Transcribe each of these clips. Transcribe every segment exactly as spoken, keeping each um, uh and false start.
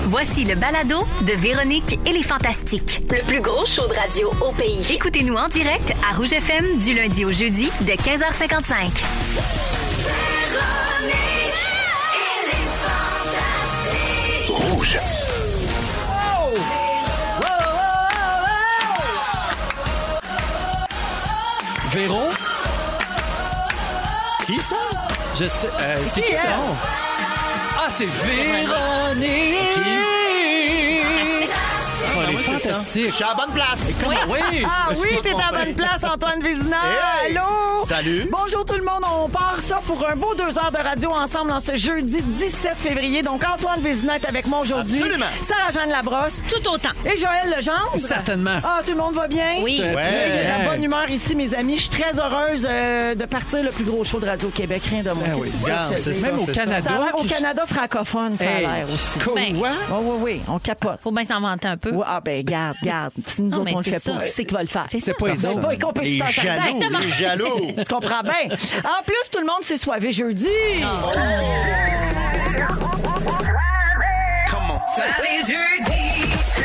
Voici le balado de Véronique et les Fantastiques. Le plus gros show de radio au pays. Écoutez-nous en direct à Rouge F M du lundi au jeudi dès quinze heures cinquante-cinq. Véronique et les Fantastiques. Rouge. Oh! Wow, wow, wow. Véro? Qui ça? Je sais. Euh, c'est qui, qui, elle? non? Ah, c'est Véronique! Oh, les Je fantastiques. suis à la bonne place. Comment? Oui! Ah Je me oui, suis t'es pas à la trompé. bonne place, Antoine Vézina. Hey! Allô? Salut. Bonjour tout le monde, on part ça pour un beau deux heures de radio ensemble en ce jeudi dix-sept février. Donc Antoine Vézina est avec moi aujourd'hui. Absolument. Sarah-Jeanne Labrosse. Tout autant. Et Joël Legendre. Certainement. Ah, tout le monde va bien? Oui. Très Ouais. Il y a de la bien. bonne humeur ici, mes amis. Je suis très heureuse euh, de partir le plus gros show de radio au Québec. Rien de moins. Ah oui. Qu'est-ce que Regarde, je te c'est dis? ça, Même au c'est ça. Canada. Ça a l'air au qui- Canada francophone, ça Hey. a l'air aussi. Quoi? Ben, Oui, oui, oui, on capote. Faut bien s'en vanter un peu. Ouais, ah ben, garde, garde. Si nous Non, autres, mais on le c'est fait ça. pas, qui c'est qui va le faire? C'est C'est ça. pas les C'est autres. pas les Les compétiteurs jaloux, certains. les jaloux. Tu comprends bien? En plus, tout le monde s'est soivé jeudi. Soirée jeudi.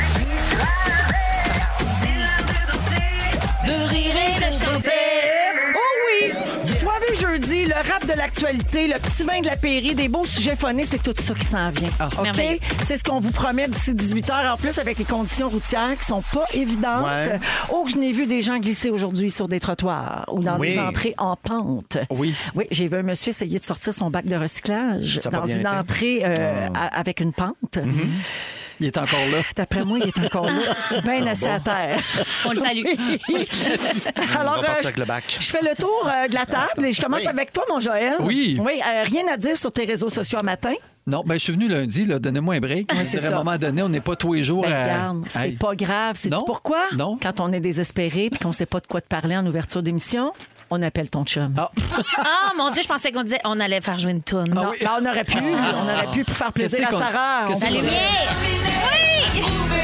C'est l'heure de danser, de rire et de chanter. Oh oui! Du soivé jeudi, le rap de l'actualité, le petit vin de la pairie, des beaux sujets phonés, c'est tout ça qui s'en vient. OK? merveilleux. C'est ce qu'on vous promet d'ici dix-huit heures. En plus, avec les conditions routières qui sont pas évidentes. Ouais. Oh, que je n'ai vu des gens glisser aujourd'hui sur des trottoirs ou dans Oui. des entrées en pente. Oui. Oui, j'ai vu un monsieur essayer de sortir son bac de recyclage Ça a pas dans bien une été. entrée euh, a- avec une pente. Il est encore là. D'après moi, il est encore là, bien assis à terre. On le salue. Alors, On va partir euh, avec le bac. je fais le tour euh, de la table et je commence Oui. avec toi, mon Joël. Oui. Oui, euh, rien à dire sur tes réseaux sociaux à matin. Non, ben je suis venu lundi, là, donnez-moi un break. Je c'est dirais, à ça. un moment donné, on n'est pas tous les jours Ben, à... regarde, c'est Hey. pas grave. C'est Non. pourquoi? Non. Quand on est désespéré et qu'on sait pas de quoi te parler en ouverture d'émission, on appelle ton chum. Ah, Ah, mon Dieu, je pensais qu'on disait on allait faire jouer une toune. Non, oui. là, on aurait pu, on aurait pu pour faire plaisir Qu'est-ce à qu'on- Sarah. qu'est-ce On- La qu'on- lumière! Oui!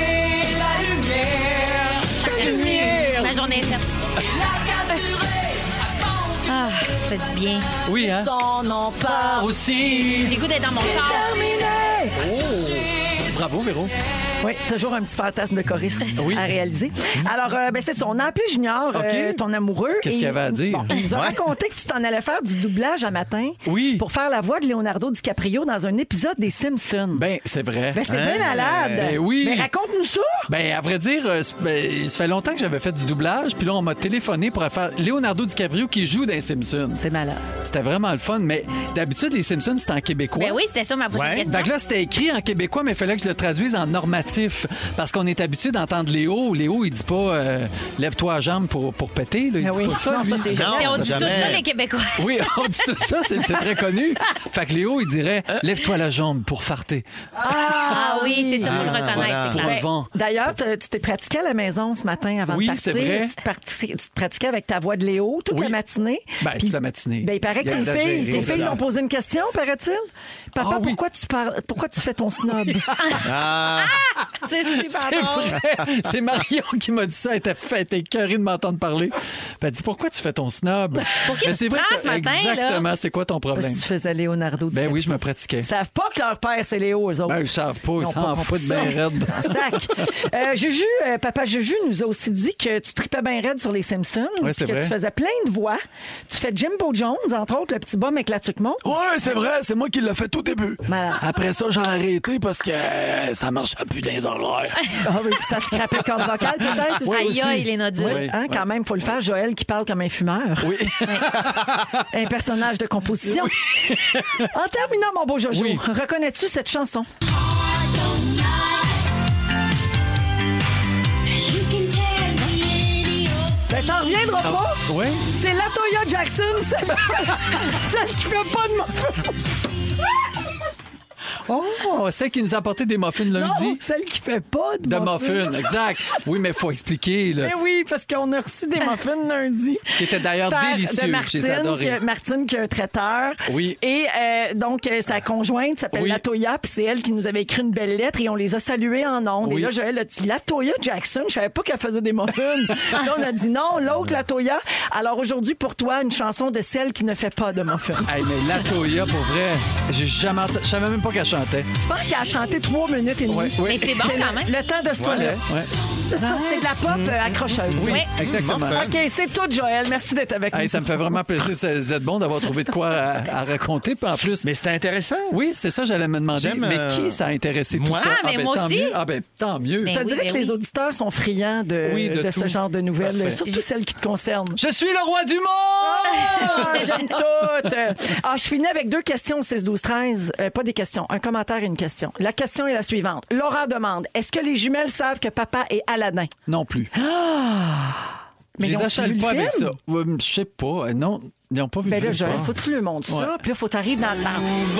La journée est faite. Ah, ça fait du bien. oui, hein? Son nom part Aussi. J'ai le goût d'être dans mon char. terminé. Oh. Bravo, Véro. Oui, toujours un petit fantasme de choriste Oui. à réaliser. Alors, euh, ben, c'est ça. On a appelé Junior, OK. euh, ton amoureux. Qu'est-ce et- qu'il avait à dire? Bon, il nous a Ouais. raconté que tu t'en allais faire du doublage à matin Oui. pour faire la voix de Leonardo DiCaprio dans un épisode des Simpsons. Ben, c'est vrai. Ben, c'est Hein? bien malade. Ben oui. Mais raconte-nous ça. Ben, à vrai dire, euh, c'est- ben, ça fait longtemps que j'avais fait du doublage, puis là, on m'a téléphoné pour faire Leonardo DiCaprio qui joue dans les Simpsons. C'est malade. C'était vraiment le fun, mais d'habitude, les Simpsons, c'était en québécois. Ben oui, c'était ça ma prochaine Ouais. question. Donc là, c'était écrit en québécois, mais il fallait que je le traduise en normatif. Parce qu'on est habitué d'entendre Léo. Léo, il dit pas euh, lève-toi à jambe pour, pour péter. Là. Il Ah dit oui. pas ça. Non, lui. ça, c'est Non, génial. Mais on dit jamais. tout ça, les Québécois. Oui, on dit tout ça, c'est c'est très connu. Fait que Léo, il dirait lève-toi la jambe pour farter. Ah oui, c'est ça, faut le Ah, reconnaître, voilà. c'est Pour clair. le vent. D'ailleurs, te- tu t'es pratiqué à la maison ce matin avant Oui, de partir. c'est vrai. Tu te, parti- tu te pratiquais avec ta voix de Léo toute Oui. la matinée. Ben, Puis- toute la matinée. Ben, il paraît que Il a tes filles, exagéré, tes filles là. t'ont posé une question, paraît-il. Papa, Ah oui. pourquoi, tu parles, pourquoi tu fais ton snob? Ah, C'est super C'est drôle. vrai. C'est Marion qui m'a dit ça. Elle était faite, elle était écœurée de m'entendre parler. Puis elle dit pourquoi tu fais ton snob? Pour qui Mais tu c'est te vrai prends que ce ça- matin, là? exactement. C'est quoi ton problème? Parce que tu faisais Leonardo Ben DiCaprio. oui, je me pratiquais. Ils savent pas que leur père, c'est Léo, eux autres. Ben, ils savent pas. Ils Ils ont s'en pas foutent compris bien ça. raide. En sac. Euh, Juju, euh, papa Juju nous a aussi dit que tu tripais bien raide sur les Simpsons. Ouais, c'est puis que vrai. tu faisais plein de voix. Tu fais Jimbo Jones, entre autres, le petit bum avec la tuque-mon. Ouais, c'est vrai, c'est moi qui l'ai fait au début. Malade. Après ça, j'ai arrêté parce que euh, ça marchait plus dans les horaires. Ah oui, puis ça te scrapait le corps vocal, peut-être? aussi? Aïe, aussi. aïe, les nodules. Oui. Hein, quand même, faut le faire. Joël qui parle comme un fumeur. Oui. Un personnage de composition. En terminant, mon beau Jojo, Oui. reconnais-tu cette chanson? Ben, t'en reviendras pas. Oui. C'est Latoya Jackson, celle, celle qui fait pas de muffins. Oh, celle qui nous a apporté des muffins lundi. Non, celle qui fait pas de, De muffins, exact. Oui, mais il faut expliquer. Là. Ben oui, parce qu'on a reçu des muffins lundi. Qui était d'ailleurs Par- délicieux. De Je les ai Martine, adorés. que- Martine, qui est un traiteur. Oui. Et euh, donc, euh, sa conjointe s'appelle Oui. Latoya, puis c'est elle qui nous avait écrit une belle lettre et on les a salués en ondes. Oui. Et là, Joël a dit Latoya Jackson, je savais pas qu'elle faisait des muffins. Là, on a dit non, l'autre Latoya. Alors aujourd'hui, pour toi, une chanson de celle qui ne fait pas de muffins. Hey, mais la Toya, pour vrai, j'ai jamais ent- je savais même pas qu'elle chantait. chantait. Je pense qu'elle a chanté trois minutes et demie. Ouais, oui. Mais c'est bon C'est quand le, même. le temps de ce toit-là. Ouais. C'est de la pop euh, accrocheuse. Oui, Oui. exactement. Parfait. OK, c'est tout, Joël. Merci d'être avec Hey, nous. ça me fait vraiment plaisir. Ça- Vous êtes bon d'avoir trouvé de quoi à, à raconter. Puis en plus, Mais c'était intéressant. oui, c'est ça, j'allais me demander. J'aime, Mais euh, qui ça a intéressé tout moi. ça? Ah, mais ben, moi tant aussi. mieux. Ah, ben, tant mieux. Ben Je te oui, dirais ben que les oui. auditeurs sont friands de, Oui, de de ce tout. genre de nouvelles, Parfait. surtout celles qui te concernent. Je suis le roi du monde! Ah, j'aime toutes. Ah, je finis avec deux questions au six douze treize. Euh, pas des questions, un commentaire et une question. La question est la suivante. Laura demande, est-ce que les jumelles savent que papa est Aladdin? Non plus. Mais je ils les ont achète vu pas le avec film? ça. Ouais, je sais pas. Euh, Non, ils n'ont pas vu Ben le là, film. Joël, faut que tu le montres Ouais. ça. Puis là, faut que tu arrives dans le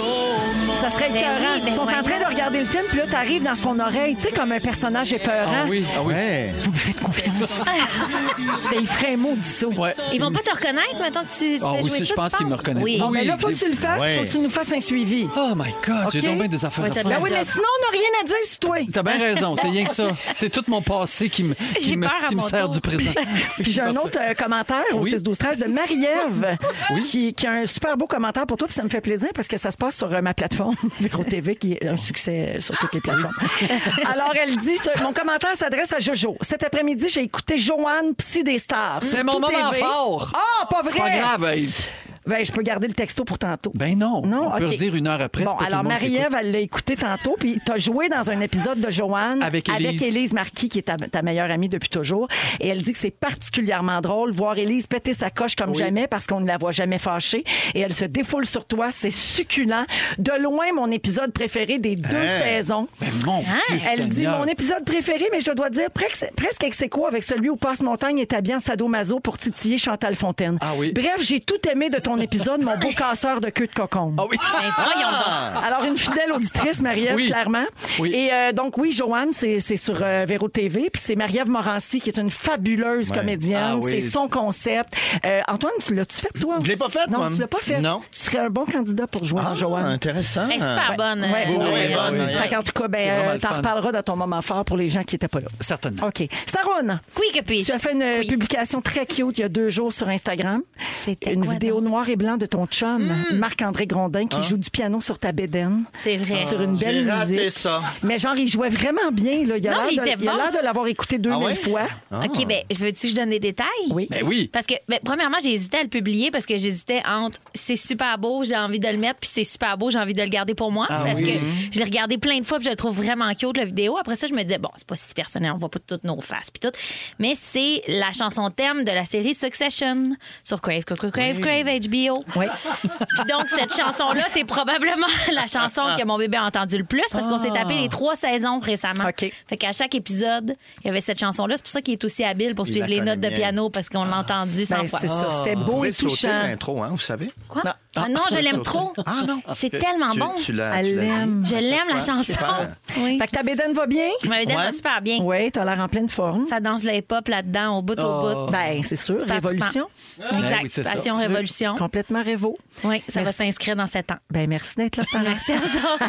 Ça serait Ben écœurant. oui, ben Ils sont en voyons. train de regarder le film, puis là, tu arrives dans son oreille, tu sais, comme un personnage épeurant. Ah oui, ah oui. Ouais. Vous me faites confiance. Ben, il ferait un mot, dis ça. Ouais. Ils vont pas te reconnaître, mettons que tu, tu Ah fais oui, jouer si, ça, je pense tu qu'ils me penses? reconnaissent. Oui. Bon, ben Oui, là, faut que des- tu le fasses, Ouais. faut que tu nous fasses un suivi. Oh my God, j'ai OK? donc bien des affaires Ouais, à t'as de faire. la Ben oui, job. mais sinon, on n'a rien à dire sur toi. T'as bien raison, c'est rien que ça. C'est tout mon passé qui me, qui J'ai me, peur à qui me mon sert tour. du présent. Puis j'ai un autre euh, commentaire au Oui. six douze treize de Marie-Ève qui, qui a un super beau commentaire pour toi. Puis ça me fait plaisir parce que ça se passe sur euh, ma plateforme, Véro T V, qui est un succès sur toutes les plateformes. Alors, elle dit, ce- mon commentaire s'adresse à Jojo. Cet après-midi, j'ai écouté Joanne, Psy des Stars. C'est sur mon Tout moment T V. fort. Ah, pas vrai? Pas grave. hey. Ben, je peux garder le texto pour tantôt. Ben non, Non, on peut OK. redire une heure après. Bon, c'est pas tout alors le monde qui Marie-Ève, elle l'a écouté tantôt, puis t'as joué dans un épisode de Joanne Avec Élise. Élise Marquis, qui est ta, ta meilleure amie depuis toujours. Et elle dit que c'est particulièrement drôle voir Élise péter sa coche comme jamais parce qu'on ne la voit jamais fâchée. Et elle se défoule sur toi, c'est succulent. De loin, mon épisode préféré des deux Hein? saisons. Ben, mon Dieu, Elle dit Seigneur. mon épisode préféré, mais je dois dire presque, presque ex aequo avec celui où Passe-Montagne est habillé en sadomaso pour titiller Chantal Fontaine. Ah oui. Bref, j'ai tout aimé de ton épisode, mon beau casseur de queue de cocon. Ah oui. Ben, voyons donc. Alors, une fidèle auditrice, Marie-Ève, Oui. clairement. Oui. Et euh, donc, oui, Joanne, c'est c'est sur euh, Véro T V. Puis c'est Marie-Ève Morancy, qui est une fabuleuse Ouais. comédienne. Ah oui. C'est son concept. Euh, Antoine, tu l'as-tu fait, toi? Je l'ai pas fait, Non, moi. tu l'as pas fait. Non. Tu serais un bon candidat pour jouer Ah, en Joanne. intéressant. Elle est super bonne. Ouais. euh, Oui, Marie-Ève. oui, bonne, Marie-Ève. Fait qu'en tout cas, ben, C'est vraiment euh, le t'en fun. reparleras dans ton moment fort pour les gens qui n'étaient pas là. Certainement. OK. Saroune, Oui, que puis tu as fait une Oui. publication très cute il y a deux jours sur Instagram. C'était Une quoi, vidéo donc? noir et blanc de ton chum, Marc-André Grondin, qui joue du piano sur ta bédaine. C'est vrai. Sur une belle J'ai raté musique. ça. Mais genre, il jouait vraiment bien. Là. Il a Non, l'air il de, était il a bon. l'air de l'avoir écouté deux mille Ah ouais? fois. OK, ben, veux-tu que je donne des détails? Oui. Ben oui. Parce que, ben, premièrement, j'ai hésité à le publier parce que j'hésitais entre c'est super beau, j'ai envie de le mettre, puis c'est super beau, j'ai envie de le garder pour moi. Ah parce oui. que je l'ai regardé plein de fois, puis je le trouve vraiment cute, la vidéo. Après ça, je me disais, bon, c'est pas si personnel, on voit pas toutes nos faces, puis tout. Mais c'est la chanson thème de la série Succession sur Crave, Crave, Crave, Crave, H B O. Oui. Puis donc, cette chanson-là, c'est probablement la chanson que mon bébé a entendue le plus parce qu'on s'est tapé les trois saisons récemment. OK. Fait qu'à chaque épisode, il y avait cette chanson-là. C'est pour ça qu'il est aussi habile pour Il suivre la les notes de connaît bien. piano parce qu'on l'a entendu cent Ben, fois. c'est ça. C'était Vous beau pouvez et sauter touchant. l'intro, hein, vous savez? Quoi? Non. Ah non, je l'aime trop. Ah non. C'est tellement Tu, bon. tu l'as, Elle tu l'as dit. l'aime. Je l'aime, la chanson. Super. Oui. Fait que ta bédaine va bien? Ma bédaine Ouais. va super bien. Oui, t'as l'air en pleine forme. Ça danse le hip-hop là-dedans, au bout Oh. au bout. Ben, c'est sûr. Super Révolution. trippant. Exact. Ben oui, c'est ça. Passion Révolution. Complètement révo. Oui, ça Merci. va s'inscrire dans sept ans. Ben, merci d'être là, Sarah. Merci à vous autres.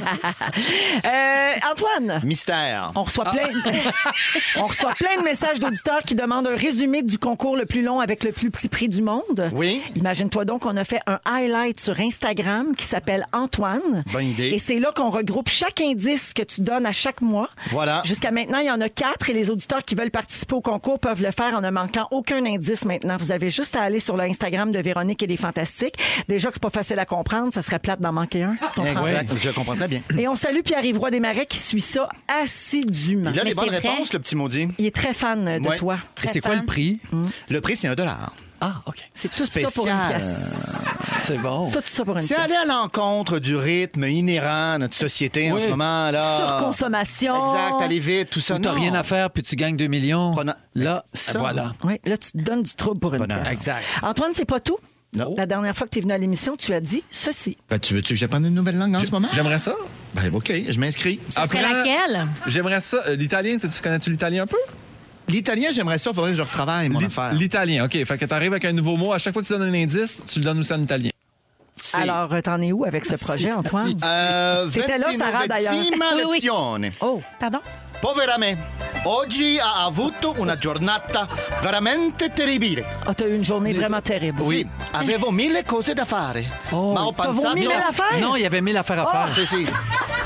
Euh, Antoine. Mystère. On reçoit, plein... On reçoit plein de messages d'auditeurs qui demandent un résumé du concours le plus long avec le plus petit prix du monde. Oui. Imagine-toi donc qu'on a fait un highlight sur Instagram qui s'appelle Antoine. Bonne idée. Et c'est là qu'on regroupe chaque indice que tu donnes à chaque mois. Voilà. Jusqu'à maintenant, il y en a quatre et les auditeurs qui veulent participer au concours peuvent le faire en ne manquant aucun indice maintenant. Vous avez juste à aller sur le Instagram de Véronique et les Fantastiques. Déjà que c'est pas facile à comprendre, ça serait plate d'en manquer un. Tu comprends? Exact. Je comprends très bien. Et on salue Pierre-Yves Roy Desmarais qui suit ça assidûment. Il a Mais les bonnes c'est vrai. réponses, le petit maudit. Il est très fan de Ouais. toi. Et c'est quoi fan. le prix? Le prix, c'est un dollar. Ah, OK. C'est tout ça pour une Spécial. pièce. C'est bon. Tout ça pour une C'est pièce. aller à l'encontre du rythme inhérent à notre société en Oui. ce moment. là. Surconsommation. Exact, aller vite, tout ça. Ou t'as Non. rien à faire, puis tu gagnes deux millions. Prenant- Là, Ça. voilà. Oui, là, tu te donnes du trouble pour une Bonheur. pièce. Exact. Antoine, c'est pas tout. Non. La dernière fois que tu es venu à l'émission, tu as dit ceci. Ben, tu veux-tu que j'apprenne une nouvelle langue en ce moment? J'aimerais ça. Ben, OK, je m'inscris. Ce serait laquelle? J'aimerais ça. Euh, L'italien, tu tu connais-tu l'italien un peu? L'italien, j'aimerais ça, il faudrait que je retravaille mon L'i- affaire. L'italien, OK. Fait que t'arrives avec un nouveau mot. À chaque fois que tu donnes un indice, tu le donnes aussi en italien. C'est- Alors, euh, t'en es où avec ce projet, Antoine? Euh, T'étais là, Sarah, d'ailleurs. ventinove Oui, oui. lezioni. Oh, Pardon? Povera me, oggi ha avuto una giornata veramente terribile. oh, t'as eu une journée vraiment terrible. Oui, avevo mille cose da fare. Oh. Ma ho T'as pensato... vomi mille affaires? Non, il y avait mille affaires à Ah, faire. sì, sì.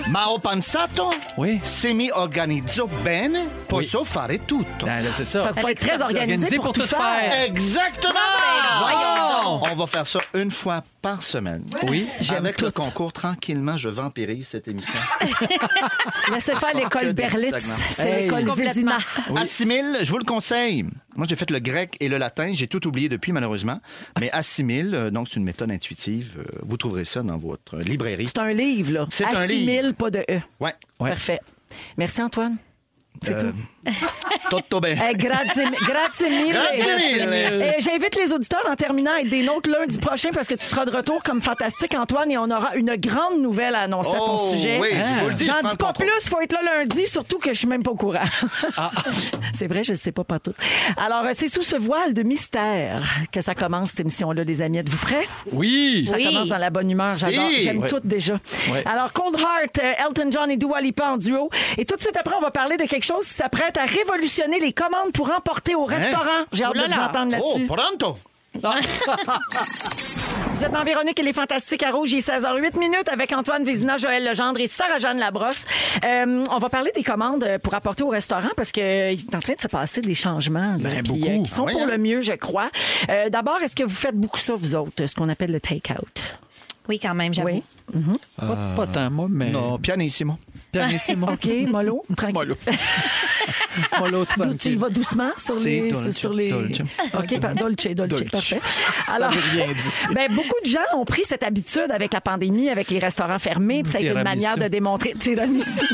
Ma ho pensato, Oui. se mi organizzo bene, posso fare tutto. Ben, là, c'est ça. Il faut être très organisé, Organisé pour, pour tout tout faire. faire. Exactement! Voyons donc. On va faire ça une fois par semaine. Oui. Avec le concours, tranquillement, je vampirise cette émission. Laissez faire que l'école des Berlitz. segments. C'est Hey. l'école Complètement. Vézina. Assimile, je vous le conseille. Moi, j'ai fait le grec et le latin. J'ai tout oublié depuis, malheureusement. Mais Assimile, euh, donc, c'est une méthode intuitive. Euh, Vous trouverez ça dans votre librairie. C'est un livre, là. C'est un Assimile, livre. pas de E. Ouais. Ouais. Parfait. Merci, Antoine. C'est Euh, tout. Tutto bene. Eh, grazie, grazie mille. Grazie mille. Eh, J'invite les auditeurs en terminant à être des nôtres lundi prochain parce que tu seras de retour comme fantastique, Antoine, et on aura une grande nouvelle à annoncer à ton Oh, sujet. oui, je vous le dis, je J'en prends dis le pas contrôle. plus, il faut être là lundi, surtout que je suis même pas au courant. C'est vrai, je ne sais pas pas tout. Alors, euh, c'est sous ce voile de mystère que ça commence, cette émission-là, les amis. Êtes-vous prêts? Oui. Ça Oui. commence dans la bonne humeur. J'adore. Si. J'aime Ouais. tout déjà. Ouais. Alors, Cold Heart, euh, Elton John et Dua Lipa en duo. Et tout de suite après, on va parler de quelque chose qui s'apprête à révolutionner les commandes pour emporter au restaurant. J'ai hâte Oh là de vous là. entendre Oh, là-dessus. pronto! Vous êtes dans Véronique et les Fantastiques à Rouge. Il est seize heures huit minutes avec Antoine Vézina, Joël Legendre et Sarah-Jeanne Labrosse. Euh, on va parler des commandes pour apporter au restaurant parce qu'il est en train de se passer des changements là, Ben, qui, beaucoup. euh, qui sont Ah oui, pour hein? le mieux, je crois. Euh, D'abord, est-ce que vous faites beaucoup ça, vous autres, ce qu'on appelle le take-out? Oui, quand même, j'avoue. Oui. Pas, pas tant, moi, mais. Non, pianissimo. Pianissimo. OK, mollo, tranquille. Mollo. Mollo, D'où tu y tranquille. vas doucement sur Si, les... dolce, sur les... dolce. OK, par- dolce, dolce, Dolce. parfait. Ça Alors, veut rien dire. ben, beaucoup de gens ont pris cette habitude avec la pandémie, avec les restaurants fermés, puis ça a été une Tiramisu. manière de démontrer... Tiramisu.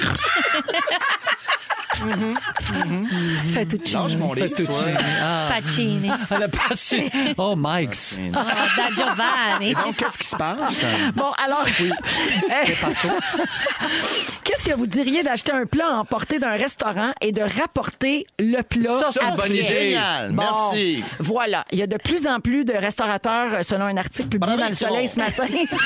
Fettuccine. Lâche mon livre. Fettuccine. Ah, Pacini. ah, le pâché. Oh, Mike's. Oh, da Giovanni. Et donc, qu'est-ce qui se passe? Bon, alors, Eh, qu'est-ce que vous diriez d'acheter un plat à emporter d'un restaurant et de rapporter le plat Ça, c'est une après? bonne idée. Génial, Bon, merci. Voilà. Il y a de plus en plus de restaurateurs, euh, selon un article publié dans Le Bravissimo. Soleil ce matin,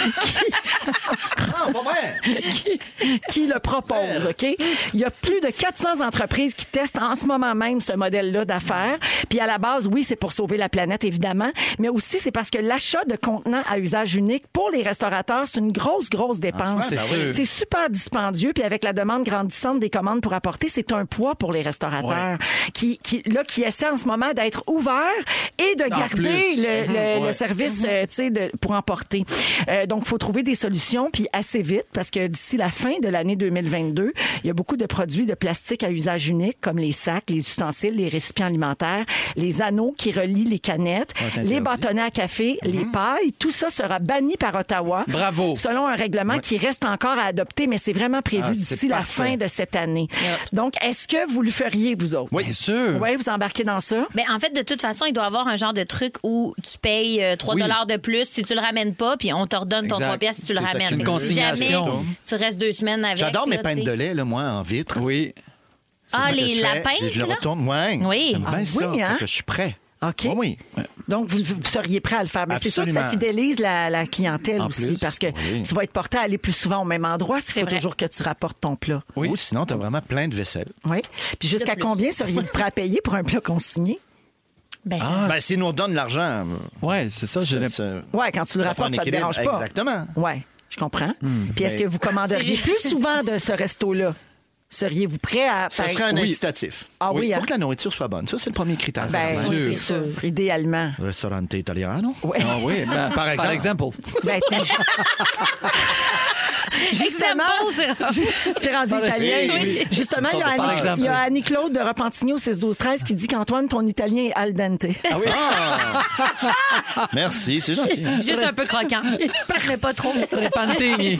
Ah, pas vrai. qui, qui le proposent. OK? Il y a plus de quatre cents entreprises qui testent en ce moment même ce modèle-là d'affaires. Puis à la base, oui, c'est pour sauver la planète, évidemment, mais aussi c'est parce que l'achat de contenants à usage unique pour les restaurateurs, c'est une grosse, grosse dépense. c'est sûr. C'est super dispendieux. Puis avec la demande grandissante des commandes pour apporter, c'est un poids pour les restaurateurs qui, qui, là, qui essaient en ce moment d'être ouverts et de En garder plus. le, le- le Ouais. service euh, tu sais, de- pour emporter. Euh, donc, il faut trouver des solutions, puis assez vite, parce que d'ici la fin de l'année deux mille vingt-deux, il y a beaucoup de produits de plastique à usage unique, comme les sacs, les ustensiles, les récipients alimentaires, les anneaux qui relient les canettes, être les interdit. bâtonnets à café, les pailles. Tout ça sera banni par Ottawa. Bravo. Selon un règlement qui reste encore à adopter, mais c'est vraiment prévu Ah, c'est d'ici la parfait. fin de cette année. Donc, est-ce que vous le feriez, vous autres? Oui. Bien sûr. Oui, vous embarquez dans ça? Ben, en fait, de toute façon, il doit y avoir un genre de truc où tu payes euh, trois dollars de plus si tu le ramènes pas, puis on te redonne ton Exact. trois piastres si tu le C'est ça, ramènes. une Fait que si jamais consignation. tu restes deux semaines avec. J'adore mes là, peintes tu sais. de lait, là, moi, en vitre. Oui. C'est Ah, ça que les je fais, lapins, et Je le là? retourne, ouais. Oui. J'aime bien Ah ça. oui, hein? Fait que je suis prêt. OK. Oui, oui. Donc, vous, vous seriez prêt à le faire. Mais c'est sûr que ça Absolument. fidélise la, la clientèle En aussi, plus, parce que oui. tu vas être porté à aller plus souvent au même endroit s'il C'est faut vrai. toujours que tu rapportes ton plat. Oui. Ou sinon, t'as vraiment plein de vaisselle. Oui. Puis jusqu'à plus. combien seriez-vous prêt à payer pour un plat consigné? Ben, ça- Ben, s'ils nous donnent l'argent, Ouais, c'est ça. Je l'ai- ça- Oui, quand tu le ça prend un rapportes, ça te équilibre. dérange pas. Exactement. Oui, je comprends. Puis est-ce Mais- que vous commanderiez plus souvent de ce resto-là? Seriez-vous prêt à... Ça par- serait un Oui. incitatif. Ah oui, Il faut hein? que la nourriture soit bonne. Ça, c'est le premier critère. Ben, c'est oui, sûr. c'est sûr, idéalement. Restaurante italiano. Ouais. Ah oui, ben, Par exemple. Par exemple. Ben, tiens, je- Justement, Example, c'est c'est rendu Oui. italien. Oui. Justement, C'est il y, une a sorte de Annie, par il y a exemple. Annie-Claude de Repentigny au six douze treize qui dit qu'Antoine, ton italien est al dente. Ah oui. Merci, c'est gentil. juste un peu croquant. Mais pas trop. Repantini.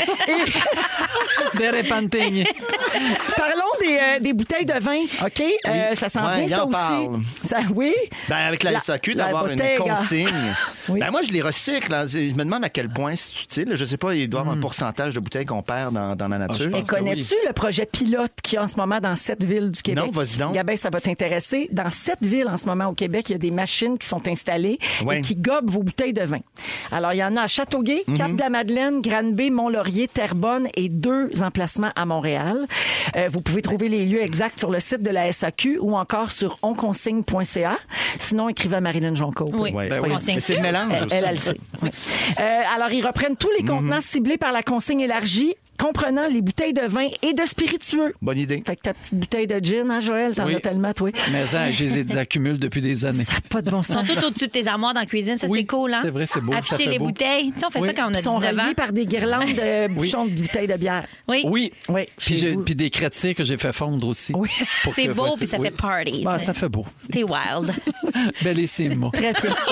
Des repantini. Parlons des, euh, des bouteilles de vin, OK? Euh, ça s'en Ouais, vient, ça il en aussi. parle. Ça, oui? Ben, avec la, La- S A Q, la d'avoir une bottega. consigne. Oui. Ben, moi, je les recycle. Là. Je me demande à quel point c'est utile. Je sais pas, il doit y avoir un pourcentage de bouteilles qu'on perd dans, dans la nature. je Mais pense que connais-tu le projet pilote qu'il y a en ce moment dans sept villes du Québec? Non, vas-y donc. Gabin, ça va t'intéresser. Dans sept villes en ce moment au Québec, il y a des machines qui sont installées Ouais. et qui gobent vos bouteilles de vin. Alors, il y en a à Châteauguay, Mhm. Cap-de-la-Madeleine, Granby, Mont-Laurier, Terrebonne et deux emplacements à Montréal. Euh, vous pouvez trouver les lieux exacts sur le site de la S A Q ou encore sur onconsigne point c a. Sinon, écrivez à Marilyn Jonco. Oui. Ouais, Ben c'est oui. pas- On mais c'est le mélange Elle, aussi. elle, elle le sait. Oui. Euh, alors, ils reprennent tous les contenants ciblés par la consigne élargie comprenant les bouteilles de vin et de spiritueux. Bonne idée. Fait que ta petite bouteille de gin, hein, Joël, t'en Oui. as tellement, toi. Mais ça, je les accumule depuis des années. Ça n'a pas de bon Ils sont sens. tous au-dessus de tes armoires dans la cuisine. Ça, Oui, c'est cool, hein? c'est vrai, c'est beau, ça Afficher fait les beau. bouteilles. Tu sais, on fait Oui. ça quand on a Ils sont dix-neuf ans. reliés par des guirlandes de bouchons de bouteilles de bière. Oui. Oui. Oui, Puis, chez j'ai- vous. puis des crétiers que j'ai fait fondre aussi. Oui. Pour C'est que- beau, puis ça oui. fait party. Ah, tu sais. ça fait beau. T'es wild. Bellissimo. Très fiesta.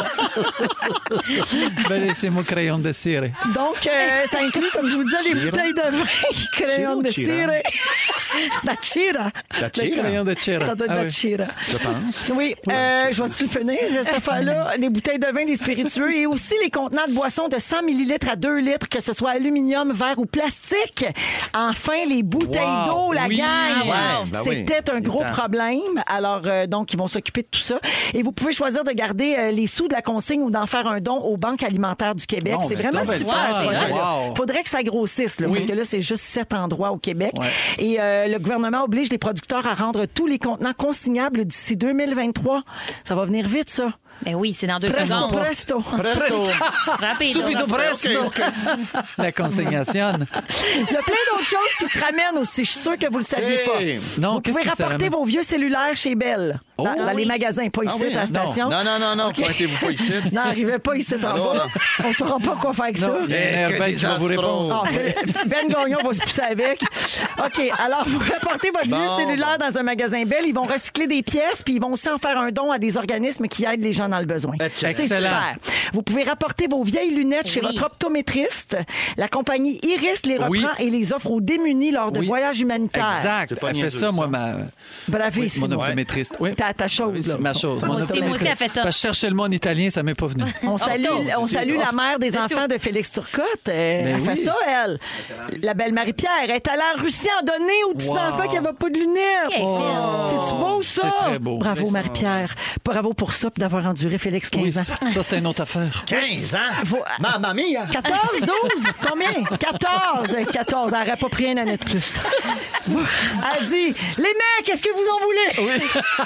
Bellissimo crayon de cire. Donc, euh, ça inclut, comme je vous disais, des Chira. bouteilles de vin, crayon de Chira. cire. La chira. Ta chira. Crayon de cire. Ça doit être Ah la oui. chira. Je pense. Oui, euh, je vais-tu le finir, cette affaire-là? Les bouteilles de vin, des spiritueux et aussi les contenants de boissons de cent millilitres à deux litres, que ce soit aluminium, verre ou plastique. Enfin, les bouteilles Wow. d'eau, la Oui. gang. Ouais, ben oui. C'était un gros Il est temps. problème. Alors, euh, donc, ils vont s'occuper de tout ça. Et vous pouvez choisir de garder euh, les sous de la consigne ou d'en faire un don aux banques alimentaires du Québec. Non, c'est mais vraiment c'est donc super, bien ce le fun. projet-là. Wow. Faudrait que ça grossisse, là, Oui. parce que là, c'est juste sept endroits au Québec. Ouais. Et euh, le gouvernement oblige les producteurs à rendre tous les contenants consignables d'ici deux mille vingt-trois. Ça va venir vite, ça. Ben oui, c'est dans deux Presto, secondes. presto. Presto. Rapide. Subito presto. OK, OK. La consignation. Il y a plein d'autres choses qui se ramènent aussi. Je suis sûre que vous le saviez Hey. pas. Non, Vous qu'est-ce pouvez qui se rapporter ramène? vos vieux cellulaires chez Bell, dans, Oh. dans Ah les oui. magasins, pas ici oui, à la hein? station. Non, non, non, non, pointez-vous pas ici. Non, arrivez pas ici en Alors, bas. là. On saura pas quoi faire avec ça. Non, il y a un Eh, airbag quel qui va vous désastre. répondre. Ah, Philippe- Ben Gagnon va se pousser avec. OK, alors vous rapportez votre Bon, vieux cellulaire dans un magasin Bell. Ils vont recycler des pièces, puis ils vont aussi en faire un don à des organismes qui aident les gens dans le besoin. Excellent. C'est super. Vous pouvez rapporter vos vieilles lunettes chez Oui. votre optométriste. La compagnie Iris les reprend Oui. et les offre aux démunis lors de Oui. voyages humanitaires. Exact. C'est pas Elle fait niaiseux, ça, ça. moi, ma, Bravissimo. mon optométriste. Oui. Ta, ta chose, là. Ma chose. Moi mon aussi, moi aussi, elle fait ça. Parce que je cherchais le mot en italien, ça m'est pas venu. On salue, Ortho. on salue la mère des C'est enfants de Félix Turcotte. Euh, Ben elle fait oui. ça, elle. La belle Marie-Pierre. Elle est allée en Russie en donner aux petits-enfants qui n'avaient pas de lunettes. Quelle C'est-tu beau, ça? C'est très beau. Bravo, Marie-Pierre. Bravo pour ça, puis d'avoir enduré Félix quinze Oui, ans. ça, ça, c'était une autre affaire. quinze ans. Faut- Mamma mia. quatorze, douze, combien? quatorze, quatorze, elle n'aurait pas pris une année de plus. Elle dit, les mecs, est-ce que vous en voulez?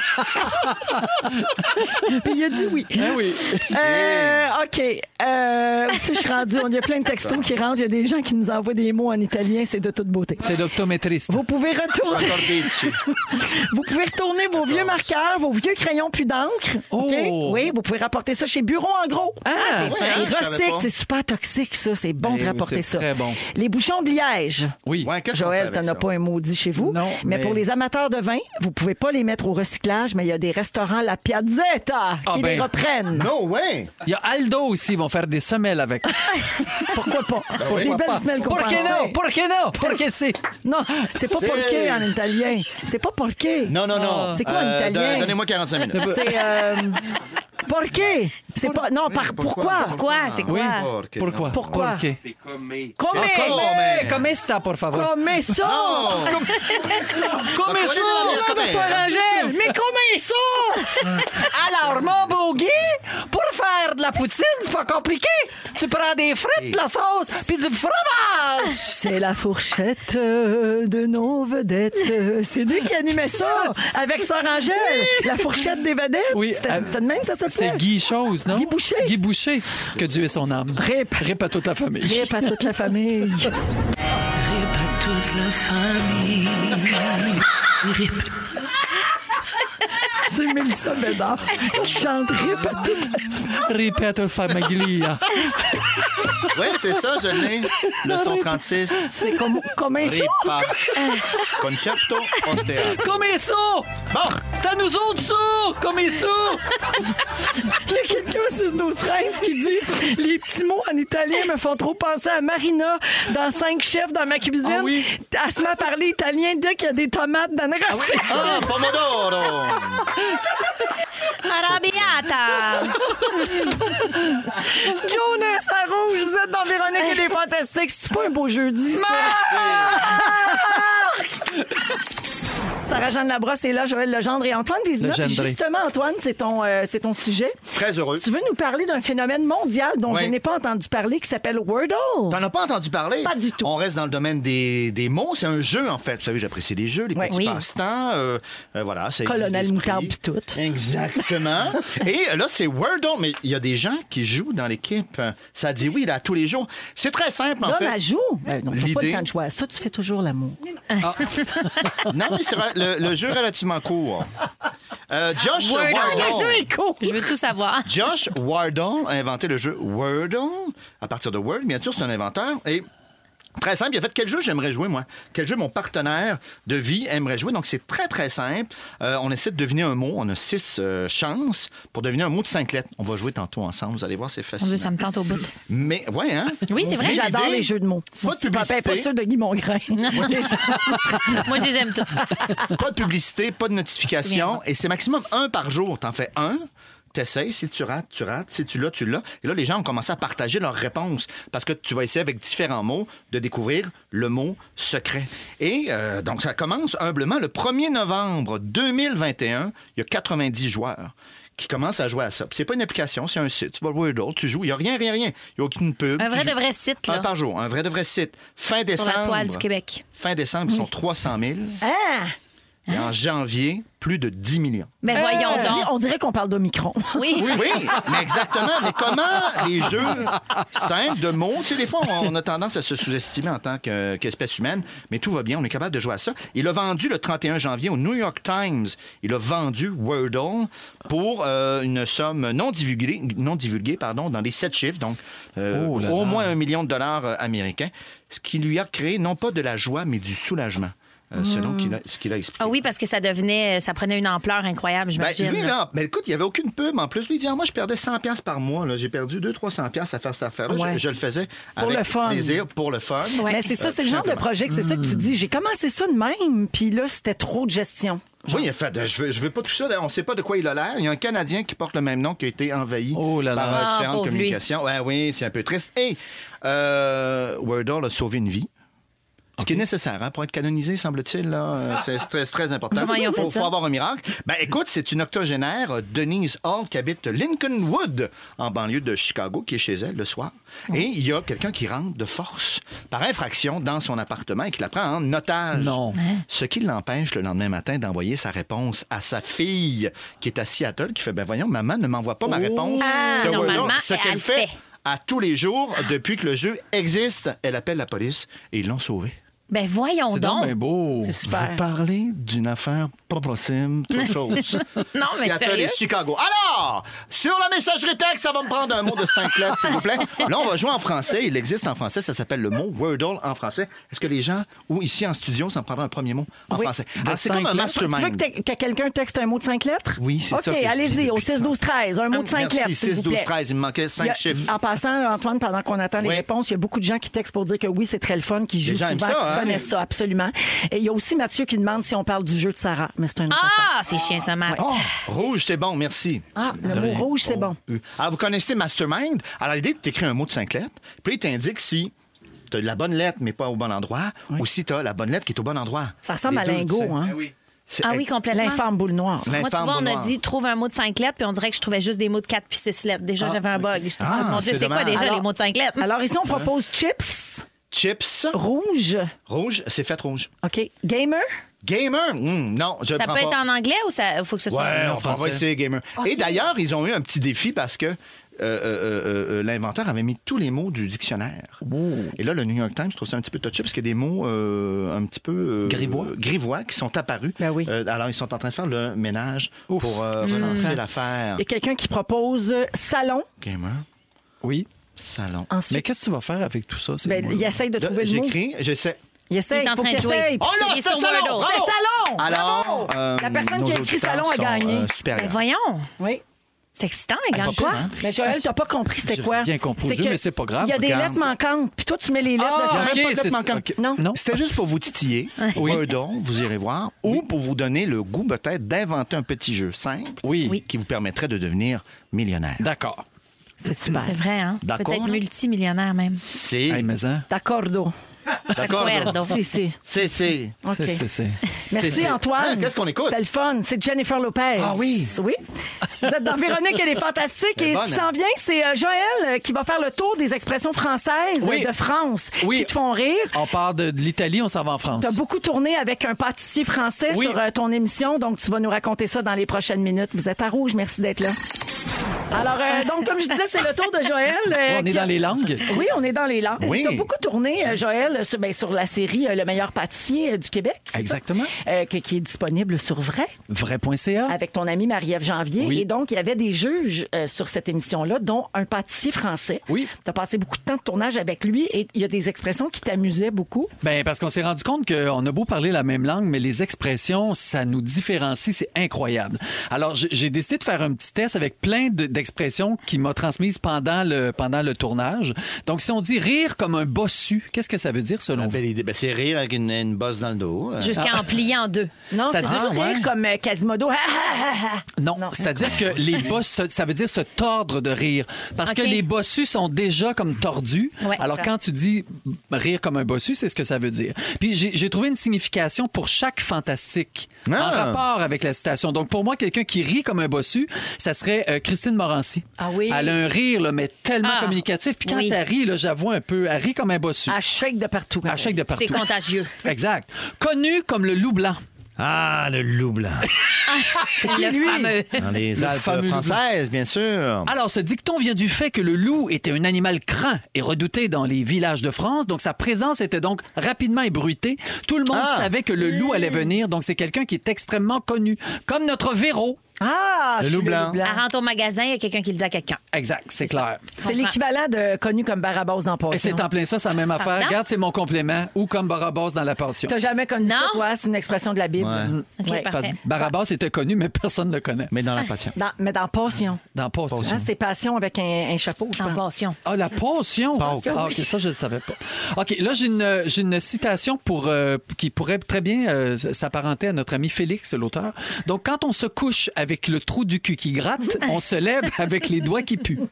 Puis il a dit oui. Ah oui. Euh, OK. Euh, où c'est que je suis rendue? Il y a plein de textos qui rentrent. Il y a des gens qui nous envoient des mots en italien. C'est de toute beauté. C'est l'optométriste. Vous pouvez retourner, Cordici. vous pouvez retourner vos vieux marqueurs, vos vieux crayons plus d'encre. OK? Oh. Oui, vous pouvez rapporter ça chez Bureau en gros. Ah, Ouais, hein, Ils je savais recyclent, pas. c'est super toxique, ça. C'est bon Ben de oui, rapporter c'est ça. très bon. Les bouchons de liège. oui. Ouais, qu'est-ce qu'on fait Joël, avec t'en as ça? pas un maudit chez vous. Non, mais... mais- pour les amateurs de vin, vous pouvez pas les mettre au recyclage, mais il y a des restaurants La Piazzetta Ah, qui ben. les reprennent. No way. Il y a Aldo aussi, ils vont faire des semelles avec. Pourquoi pas? oui. Des belles Pas. semelles qu'on Pourquoi pensait. non? Pourquoi non? Pourquoi c'est? Non, c'est pas C'est- porqué en italien. C'est pas porqué. Non, non, non. C'est quoi en Euh, italien? don- Donnez-moi quarante-cinq minutes. C'est euh, porqué. C'est pas non par pourquoi? pourquoi? Pourquoi? C'est quoi? Oui. Porca, Pourquoi? non. Pourquoi? Pourquoi? Come, Eh, come sta, por favor? come ça? Non. Come Come ça? ça? De Soeur Angèle, mais comment ça? Alors, mon beau Guy, pour faire de la poutine, c'est pas compliqué. Tu prends des frites, de la sauce, puis du fromage. C'est la fourchette euh, de nos vedettes. C'est lui qui animait ça avec Sœur Angèle. La fourchette des vedettes. Oui, C'était euh, c'était de même, ça s'appelait? C'est Guy Chose, non? Guy Boucher. Guy Boucher. Que Dieu ait son âme. Rip. Rip à toute la famille. Rip à toute la famille. Rip à toute la famille. Rip. C'est Mélissa Bédard qui chante Rip à toute la Rip à toute famiglia. Oui, c'est ça, je l'ai. Leçon trente-six. C'est comme, comme un ça. Ripa. Concerto au théâtre. Comme ça! Bon, C'est à nous autres, ça! Comme ça! Il y a quelqu'un au six douze treize qui dit « Les petits mots en italien me font trop penser à Marina dans Cinq chefs dans ma cuisine. Ah oui? Elle se met à parler italien dès qu'il y a des tomates dans le racine. ah, pomodoro. Arrabbiata! Jonas à Rouge, vous êtes dans Véronique et les Fantastiques. C'est pas un beau jeudi, ça? Ça Sarah-Jeanne Labrosse est là, Joël Legendre et Antoine Vézina. Puis Legendré. justement, Antoine, c'est ton, euh, c'est ton sujet. Très heureux. Tu veux nous parler d'un phénomène mondial dont Oui. je n'ai pas entendu parler qui s'appelle Wordle. T'en as pas entendu parler? Pas du tout. On reste dans le domaine des, des mots. C'est un jeu, en fait. Vous savez, j'apprécie les jeux, les Oui. petits Oui. passe-temps. Euh, euh, voilà, c'est Colonel l'esprit. Moutarde pis tout. Exactement. Et là, c'est Wordle. Mais il y a des gens qui jouent dans l'équipe. Ça dit oui, là, tous les jours. C'est très simple, en Là, fait. elle joue. Ben non, t'as pas L'idée- le temps de jouer à ça, tu fais toujours l'amour. Non, mais c'est ra- le, le jeu est relativement court. Euh, Josh Wordle. Wardle. Le jeu est court. Je veux tout savoir. Josh Wardle a inventé le jeu Wordle à partir de Word. Bien sûr, c'est un inventeur. Et très simple. Il a fait quel jeu j'aimerais jouer, moi? Quel jeu mon partenaire de vie aimerait jouer? Donc, c'est très, très simple. Euh, on essaie de deviner un mot. On a six euh, chances pour deviner un mot de cinq lettres. On va jouer tantôt ensemble. Vous allez voir, c'est Mon facile. Dieu, ça me tente au bout. Mais, ouais, hein? Oui, c'est vrai. J'adore l'idée- les jeux de mots. Pas de C'est pas, publicité. pas ceux de Guy Mongrain. Moi, je les aime tous. Pas de publicité, pas de C'est notification. bien. Et c'est maximum un par jour. T'en fais un. T'essayes, si tu rates, tu rates, si tu l'as, tu l'as. Et là, les gens ont commencé à partager leurs réponses parce que tu vas essayer avec différents mots de découvrir le mot secret. Et euh, donc, ça commence humblement le premier novembre deux mille vingt et un. Il y a quatre-vingt-dix joueurs qui commencent à jouer à ça. Puis c'est pas une application, c'est un site. Tu vas voir Wordle, tu joues. Il n'y a rien, rien, rien. Il n'y a aucune pub. Un Tu vrai joues de vrai site, là. Un par jour. Un vrai de vrai site. Fin Sur décembre. la toile du Québec. Fin décembre, ils sont trois cent mille. Ah! Et en janvier, plus de dix millions. Mais voyons Euh, donc. On dirait qu'on parle d'Omicron. Oui. Oui, mais exactement. Mais comment les jeux simples de mots, tu sais, des fois, on a tendance à se sous-estimer en tant que- qu'espèce humaine, mais tout va bien, on est capable de jouer à ça. Il a vendu le trente et un janvier au New York Times. Il a vendu Wordle pour euh, une somme non divulguée, non divulguée pardon, dans les sept chiffres, donc euh, Oh là au là. moins un million de dollars euh, américains, ce qui lui a créé non pas de la joie, mais du soulagement, euh, selon qu'il a- ce qu'il a expliqué. Ah oui, parce que ça devenait, ça prenait une ampleur incroyable, Ben, j'imagine. lui, là, ben, écoute, il n'y avait aucune pub. En plus, lui, il dit, ah, moi, je perdais cent piastres par mois. là. J'ai perdu deux cents trois cents piastres à faire cette affaire-là. Ouais. Je, je le faisais Pour avec le fun. plaisir, pour le fun. Mais c'est ça, c'est le tout genre de simplement. projet que c'est ça que tu dis. J'ai commencé ça de même, puis là, c'était trop de gestion. Oui, il a fait, je veux, je veux pas tout ça. D'ailleurs, on ne sait pas de quoi il a l'air. Il y a un Canadien qui porte le même nom qui a été envahi Oh là là. par euh, Ah, différentes pauvre lui. communications. Ouais, oui, c'est un peu triste. Et euh, Wordle a sauvé une vie. Ce qui est nécessaire hein, pour être canonisé, semble-t-il. là. Euh, C'est très, c'est très important. Comment ils ont fait faut, ça? faut avoir un miracle. Ben, écoute, c'est une octogénaire, euh, Denise Hall, qui habite Lincolnwood, en banlieue de Chicago, qui est chez elle le soir. Et il y a quelqu'un qui rentre de force, par infraction, dans son appartement et qui la prend en otage. Non. Ce qui l'empêche le lendemain matin d'envoyer sa réponse à sa fille, qui est à Seattle, qui fait ben voyons, maman ne m'envoie pas ma réponse. Ah, Que Wordle, normalement, ce elle qu'elle le fait, fait. à tous les jours depuis que le jeu existe. Elle appelle la police et ils l'ont sauvée. Ben voyons C'est donc. donc bien beau. C'est super. Vous parlez d'une affaire pas possible, toute chose. Non, mais Seattle sérieux? et Chicago. Alors, sur la messagerie texte, ça va me prendre un mot de cinq lettres, s'il vous plaît. Là, on va jouer en français. Il existe en français. Ça s'appelle le mot Wordle en français. Est-ce que les gens, ou ici en studio, ça me prendra un premier mot en Oui. français? De Alors, c'est cinq comme un lettres. Tu veux que, mastermind. t'aies- que quelqu'un texte un mot de cinq lettres? Oui, c'est ça que OK, je dis allez-y, depuis au six, douze, treize. Un mot de cinq Merci, lettres, s'il six, vous douze, plaît. treize. Il me manquait Il y cinq a- chiffres. En passant, Antoine, pendant qu'on attend les Oui. réponses, il y a beaucoup de gens qui textent pour dire que oui, c'est très le fun, qui jouent gens souvent, aiment ça, qui hein? connaissent ça, absolument. Et il y a aussi Mathieu qui demande si on parle du jeu de Sarah, mais c'est un autre affaire. Ah, c'est chiant, ça, Matt. Oh, rouge, c'est bon, merci. Ah, le mot rouge, c'est bon. Euh, Alors, vous connaissez Mastermind? Alors, l'idée, tu écris un mot de cinq lettres, puis il t'indique si tu as la bonne lettre, mais pas au bon endroit, ou si tu as la bonne lettre qui est au bon endroit. Ça ressemble Les à deux, Lingo, tu sais. hein? C'est- Ah oui, complètement. L'infâme boule noire. Moi, tu L'infâme vois, on a noire. dit trouve un mot de cinq lettres, puis on dirait que je trouvais juste des mots de quatre puis six lettres. Déjà, j'avais un bug. J'étais, Ah, mon Dieu, c'est c'est quoi dommage. déjà Alors- les mots de cinq lettres? Alors ici, on propose chips, Chips, rouge, rouge, c'est fait rouge. OK, gamer, Gamer, hum, non, je le Ça prends peut pas. être en anglais ou ça faut que ce soit Ouais, en on français. va essayer gamer. Et d'ailleurs, ils ont eu un petit défi parce que euh, euh, euh, euh, l'inventeur avait mis tous les mots du dictionnaire. Et là, le New York Times trouve ça un petit peu touché parce qu'il y a des mots euh, un petit peu euh, Grivois. euh, grivois qui sont apparus. Ben oui. Euh, alors, ils sont en train de faire le ménage Ouf. pour euh, relancer l'affaire. il y a quelqu'un qui propose euh, salon. Gamer, Oui. salon. Ensuite, Mais qu'est-ce que tu vas faire avec tout ça? ces ben, mots-là? il essaye de Là, trouver le mot. J'écris, j'essaie. Il essaye, Il est en faut train qu'il de jouer. essaye. Oh là, Il est c'est sur salon! Wordle. Bravo! C'est salon! Alors, Bravo! euh, La personne nos qui a écrit auditeurs salon a sont, gagné. euh, Ben supérieurs. voyons. Oui. C'est excitant, il gagne pas quoi? pire, hein? Mais Joël, t'as pas compris c'était J'ai quoi? rien compris au C'est jeu, que mais c'est pas grave. Il y a des Regarde. lettres manquantes, puis toi, tu mets les lettres Ah, dedans. même OK, pas de lettres c'est ça. manquantes. OK. Non. Non. C'était juste pour vous titiller, Oui. Wordle, vous irez voir, ou pour vous donner le goût peut-être d'inventer un petit jeu simple Oui. Oui. qui vous permettrait de devenir millionnaire. D'accord. C'est super. C'est vrai, hein? D'accord. Peut-être multimillionnaire même. C'est Hey, mais hein? D'accordo. D'accord? Pardon. C'est, c'est. C'est, c'est. OK. C'est, c'est, c'est. Merci, C'est- c'est- Antoine. Ah, qu'est-ce qu'on écoute? C'était le fun. C'est Jennifer Lopez. Ah oui. Oui. Vous êtes dans Véronique, elle est fantastique. Elle est Et ce bonne, qui hein? s'en vient, c'est euh, Joël euh, qui va faire le tour des expressions françaises Oui. de France Oui. qui te font rire. On part de, de l'Italie, on s'en va en France. Tu as beaucoup tourné avec un pâtissier français Oui. sur euh, ton émission, donc tu vas nous raconter ça dans les prochaines minutes. Vous êtes à Rouge, merci d'être là. Alors, euh, donc, comme je disais, c'est le tour de Joël. euh, On est qui a- dans les langues. Oui, on est dans les langues. Oui. Tu as beaucoup tourné, euh, Joël, sur, ben, sur la série euh, Le meilleur pâtissier euh, du Québec. c'est ça? Exactement. Euh, que- qui est disponible sur Vrai, Vrai point C A. avec ton ami Marie-Ève Janvier. Oui. Et donc, il y avait des juges euh, sur cette émission-là, dont un pâtissier français. Oui. Tu as passé beaucoup de temps de tournage avec lui et il y a des expressions qui t'amusaient beaucoup. Ben, parce qu'on s'est rendu compte qu'on a beau parler la même langue, mais les expressions, ça nous différencie, c'est incroyable. Alors, j'ai- j'ai décidé de faire un petit test avec plein de- d'expressions qu'il m'a transmises pendant le, pendant le tournage. Donc, si on dit rire comme un bossu, qu'est-ce que ça veut dire selon vous? Belle idée. Ben, c'est rire avec une, une bosse dans le dos. Euh, Jusqu'à en plier en deux. Non, c'est C'est-à-dire- du Ah, rire ouais. comme euh, Quasimodo. Ah, ah, ah, ah. Non, Non. c'est-à-dire que les bosses, ça veut dire se tordre de rire. Parce OK. que les bossus sont déjà comme tordus. Ouais. Alors, quand tu dis rire comme un bossu, c'est ce que ça veut dire. Puis, j'ai j'ai trouvé une signification pour chaque fantastique en Ah. rapport avec la citation. Donc, pour moi, quelqu'un qui rit comme un bossu, ça serait euh, Christine Morancy. Ah oui? Elle a un rire, là, mais tellement Ah. communicatif. Puis quand Oui. elle rit, là, j'avoue un peu, elle rit comme un bossu. À shake de partout. À chèque de partout. C'est contagieux. Exact. Connu comme le loup blanc. Ah, le loup blanc. C'est qui, le lui? fameux. Dans les Le Alpes fameux loup blanc. françaises, bien sûr. Alors, ce dicton vient du fait que le loup était un animal craint et redouté dans les villages de France. Donc, sa présence était donc rapidement ébruitée. Tout le monde Ah. savait que le loup allait venir. Donc, c'est quelqu'un qui est extrêmement connu. Comme notre Véro. Ah, Le je loup suis blanc. Elle rentre au magasin, il y a quelqu'un qui le dit à quelqu'un. Exact, c'est clair. C'est l'équivalent de connu comme Barabbas dans Et Passion. c'est en plein ça, c'est la même affaire. Pardon? Regarde, c'est mon complément. Ou comme Barabbas dans la Passion. T'as jamais connu Non. ça, toi? C'est une expression de la Bible. Ouais. OK, Ouais. Parce parfait. que Barabbas était connu, mais personne ne le connaît. Mais dans la passion. Dans- mais dans Passion. Dans Passion. Hein, c'est Passion avec un, un chapeau, je En pense. passion. Ah, la passion. Pâques. Ah, OK, ça, je ne le savais pas. OK, là, j'ai une, j'ai une citation pour, euh, qui pourrait très bien euh, s'apparenter à notre ami Félix, l'auteur. Donc, quand on se couche avec le trou du cul qui gratte, on se lève avec les doigts qui puent.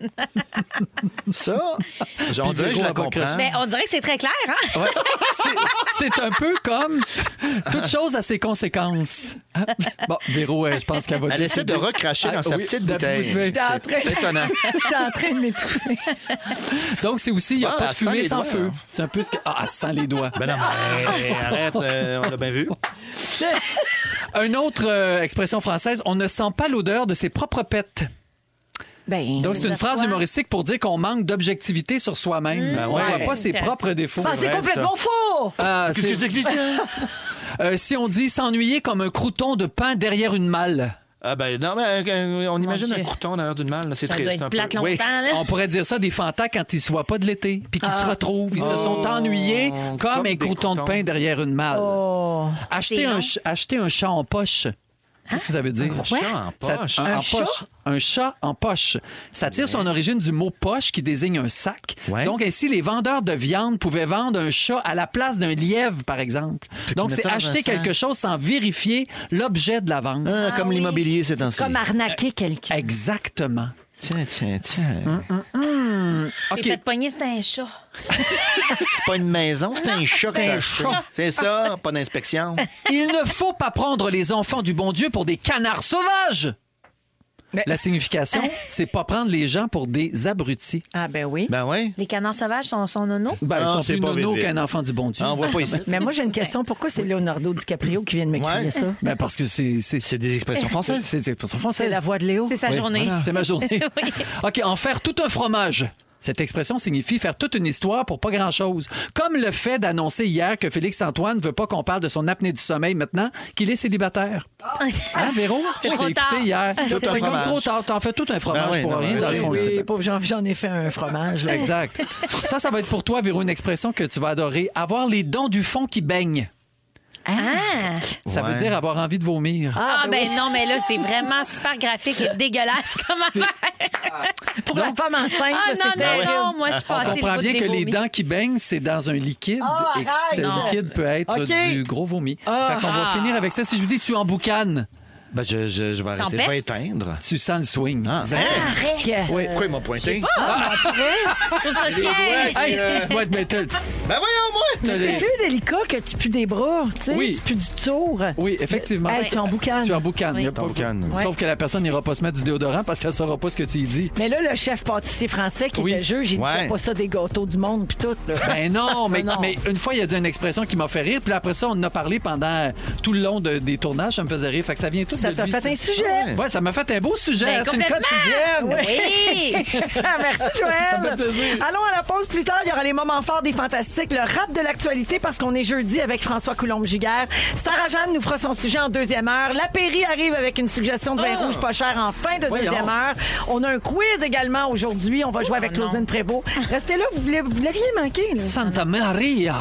Ça, on dirait que je la comprends. Ben, on dirait que c'est très clair, hein? Ouais. C'est- C'est un peu comme toute chose a ses conséquences. Hein? Bon, Véro, euh, je pense qu'elle va Elle essaie de décider. recracher dans Ah, sa oui, petite la bouteille. bouteille. J'étais en train- C'est étonnant. J'étais en train de m'étouffer. Donc, c'est aussi, il n'y a Ah, pas elle de sent fumée les sans doigts, feu. hein. C'est un peu ce que... Ah, elle sent les doigts. Ben non, mais arrête, euh, on l'a bien vu. Une autre euh, expression française, on ne sent pas l'odeur de ses propres pets. Ben, Donc, c'est une phrase humoristique pour dire qu'on manque d'objectivité sur soi-même. Ben on ne ouais. voit pas ses Intéressant. propres défauts. Ah, c'est vrai, complètement faux! Ah, Qu'est-ce c'est- que c'est que ça? euh, si on dit s'ennuyer comme un crouton de pain derrière une malle, Ah ben non, mais euh, on imagine Dieu. un courton derrière d'une malle. là, C'est Ça doit triste. être un peu. plate longtemps, Oui. là. on pourrait dire ça des fantas quand ils se voient pas de l'été, puis qu'ils se retrouvent, ils se sont ennuyés comme, comme un des crouton de croutons. pain derrière une malle. Oh. Acheter, C'est un, long. ch- acheter un chat en poche. Qu'est-ce que ça veut dire? Un chat en Ça- poche. un, Un en chat? poche. Un chat en poche. Ça tire son origine du mot poche qui désigne un sac. Ouais. Donc, ainsi, les vendeurs de viande pouvaient vendre un chat à la place d'un lièvre, par exemple. Donc, mettent c'est ça dans un acheter sac. quelque chose sans vérifier l'objet de la vente. Ah, comme l'immobilier, c'est ainsi. Comme arnaquer quelqu'un. Exactement. Tiens, tiens, tiens. OK. C'est fait pogner, c'est un chat. C'est pas une maison, c'est un chat que c'est t'as un acheté. chat. C'est ça, pas d'inspection. Il ne faut pas prendre les enfants du bon Dieu pour des canards sauvages. Mais- La signification, c'est pas prendre les gens pour des abrutis. Ah, ben oui. Ben oui. Les canards sauvages sont, sont nono. Ben, ils Ah, sont c'est plus pas nono vite, vite. qu'un enfant du bon Dieu. Ah, on voit pas ici. Mais moi, j'ai une question. Pourquoi c'est Leonardo DiCaprio qui vient de m'écrire Ouais. ça? Ben, parce que c'est... C'est C'est des expressions françaises. c'est- c'est pour son C'est français. la voix de Léo. C'est sa journée. C'est ma journée. Oui. OK, en faire tout un fromage. Cette expression signifie faire toute une histoire pour pas grand-chose. Comme le fait d'annoncer hier que Félix-Antoine ne veut pas qu'on parle de son apnée du sommeil maintenant qu'il est célibataire. Hein, Véro? C'est Je trop t'ai tard. écouté hier. Tout un C'est comme fromage. trop tard. T'en fais tout un fromage Ben oui, pour non, rien, mais dans le oui, fond. oui. c'est Oui, pauvre Jean, j'en ai fait un fromage. là. Exact. Ça, ça va être pour toi, Véro, une expression que tu vas adorer. Avoir les dents du fond qui baignent. Ah, Ça Ouais. veut dire avoir envie de vomir. ah ben non, mais là, c'est vraiment super graphique et dégueulasse comme affaire. Pour la femme enceinte, Ah là, non, c'est non, terrible. non, moi, je suis On passée comprend le bout bien des que les vomis. dents qui baignent, c'est dans un liquide et que ce Non. liquide peut être OK. du gros vomi. Ah. Fait qu'on va finir avec ça. Si je vous dis tu en boucanes, Ben, je, je, je vais arrêter. Je vais Tempeste? éteindre. tu sens le swing. Ah, hein? Arrête. Oui. Pourquoi il m'a pointé? Je trouve ça chien. Hey, ouais, mais t'as- Ben voyons, moi, Mais c'est plus délicat que tu pues des bras, tu sais, Oui. tu pues du tour. Oui, effectivement. Hey, tu es en boucan. Tu es en boucan. Il y a pas- En boucan. Sauf que la personne n'ira pas se mettre du déodorant parce qu'elle ne saura pas ce que tu y dis. Mais là, le chef pâtissier français qui Oui. était juge, il Ouais. disait pas ça des gâteaux du monde puis tout. Là. Ben non, mais, Non. mais une fois, il a dit une expression qui m'a fait rire. Puis après ça, on en a parlé pendant tout le long de- des tournages. Ça me faisait rire. Fait que ça vient tout Ça de t'a lui, fait ça. un sujet. Ouais, ça m'a fait un beau sujet. Ben, C'est une complètement. quotidienne. Oui! Merci, Joël. Ça me fait plaisir. Allons à la pause plus tard. Il y aura les moments forts des Fantastiques, le rap de l'actualité parce qu'on est jeudi avec François Coulombe-Giguère. Sarah-Jeanne nous fera son sujet en deuxième heure. La Péri arrive avec une suggestion de vin Oh. rouge pas cher en fin de Voyons. deuxième heure. On a un quiz également aujourd'hui. On va jouer avec Oh, non. Claudine Prévost. Restez là, vous voulez, vous voulez rien manquer. Là. Santa Maria.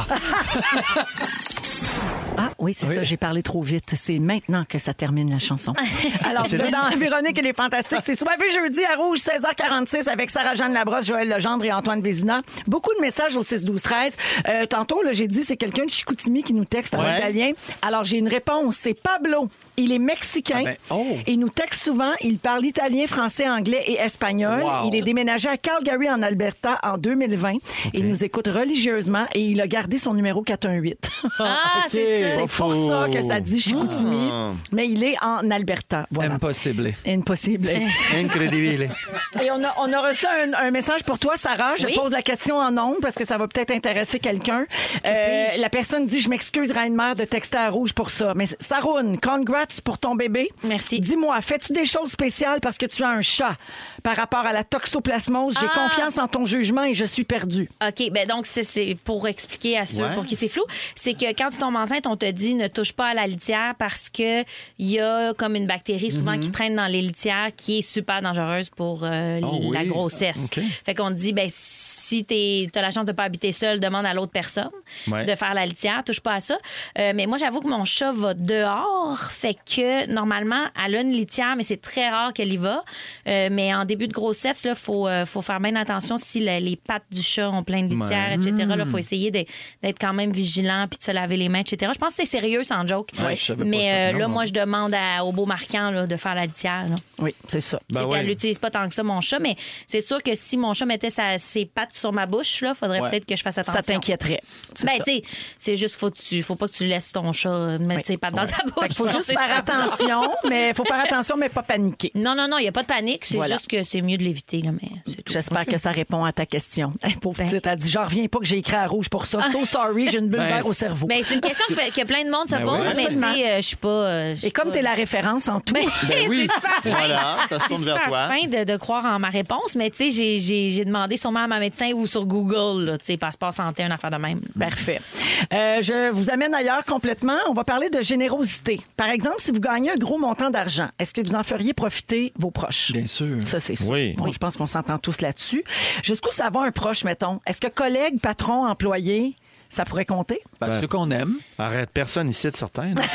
Ah oui, c'est Oui. ça, j'ai parlé trop vite. C'est maintenant que ça termine la chanson. Alors, vous êtes dans Véronique et les Fantastiques. C'est Soirée jeudi à Rouge, seize heures quarante-six avec Sarah-Jeanne Labrosse, Joël Legendre et Antoine Vézina. Beaucoup de messages au six douze treize. Euh, tantôt, là, j'ai dit, c'est quelqu'un de Chicoutimi qui nous texte en Ouais. italien. Alors, j'ai une réponse. C'est Pablo. Il est mexicain. Ah ben, oh. Il nous texte souvent. Il parle italien, français, anglais et espagnol. Wow. Il est déménagé à Calgary, en Alberta, en deux mille vingt. Il nous écoute religieusement et il a gardé son numéro quatre un huit. Ah, c'est ça. C'est pour ça que ça dit Chicoutimi, Ah. mais il est en Alberta. Voilà. Impossible. Impossible. Incredibile. Et on a, on a reçu un, un message pour toi, Sarah. Je Oui. pose la question en ondes parce que ça va peut-être intéresser quelqu'un. Euh, la personne dit, je m'excuse, Reine-Mère, de texter à Rouge pour ça. Mais Saroune, congrats pour ton bébé. Merci. Dis-moi, fais-tu des choses spéciales parce que tu as un chat par rapport à la toxoplasmose? J'ai Ah. confiance en ton jugement et je suis perdue. OK, ben donc c'est- c'est pour expliquer à ceux Ouais. pour qui c'est flou, c'est que quand tu tombes enceinte, on te dit ne touche pas à la litière parce que il y a comme une bactérie souvent Mm-hmm. qui traîne dans les litières qui est super dangereuse pour euh, Oh la oui. grossesse. OK. Fait qu'on te dit ben si tu as la chance de pas habiter seul, demande à l'autre personne Ouais. de faire la litière, touche pas à ça. Euh, mais moi j'avoue que mon chat va dehors, fait que normalement elle a une litière mais c'est très rare qu'elle y va. Euh, mais en début de grossesse là, faut euh, faut faire bien attention si la- les pattes du chat ont plein de litière, et cetera. Là, faut essayer de- d'être quand même vigilant puis de se laver les mains, et cetera. Je pense que c'est sérieux, sans joke. Ouais, je savais pas Mais ça. euh, Non, là, non. moi, je demande à- au beau marquant là, de faire la litière. Là. Oui, c'est ça. Ben C'est ouais. qu'elle l'utilise pas tant que ça, mon chat, mais c'est sûr que si mon chat mettait sa- ses pattes sur ma bouche, là, faudrait Ouais. peut-être que je fasse attention. Ça t'inquiéterait. C'est Ben, ça. tu sais, c'est juste, faut, que tu, faut pas que tu laisses ton chat mettre Oui. ses pattes dans ta bouche. Fait qu'il faut juste C'est faire ça. attention, mais il faut faire attention, mais pas paniquer. Non, non, non, il n'y a pas de panique. C'est Voilà. juste que c'est mieux de l'éviter, là, mais c'est tout. J'espère que ça répond à ta question. Hey, pauvre Ben. petite, elle dit, j'en reviens pas que j'ai écrit à rouge pour ça. So sorry, j'ai une bulle Ben, d'air au cerveau. Mais c'est une question que, que plein de monde se Ben pose, oui. mais tu Absolument. sais, euh, je suis pas. euh, je suis Et comme pas- tu es la référence en tout, Ben, oui. c'est super fin. Voilà, ça se C'est tourne vers super toi. fin de, de croire en ma réponse, mais tu sais, j'ai- j'ai j'ai demandé sûrement à ma médecin ou sur Google, là, tu sais, passeport santé, une affaire de même. parfait. Euh, je vous amène ailleurs complètement. On va parler de générosité. Par exemple, si vous gagnez un gros montant d'argent, est-ce que vous en feriez profiter vos proches? Bien sûr. Ça, c'est sûr. Oui. Bon, je pense qu'on s'entend tous là-dessus. Jusqu'où ça va un proche, mettons? Est-ce que collègue, patron, employé, ça pourrait compter? Ben, ceux qu'on aime. Arrête, personne ici de certain. là.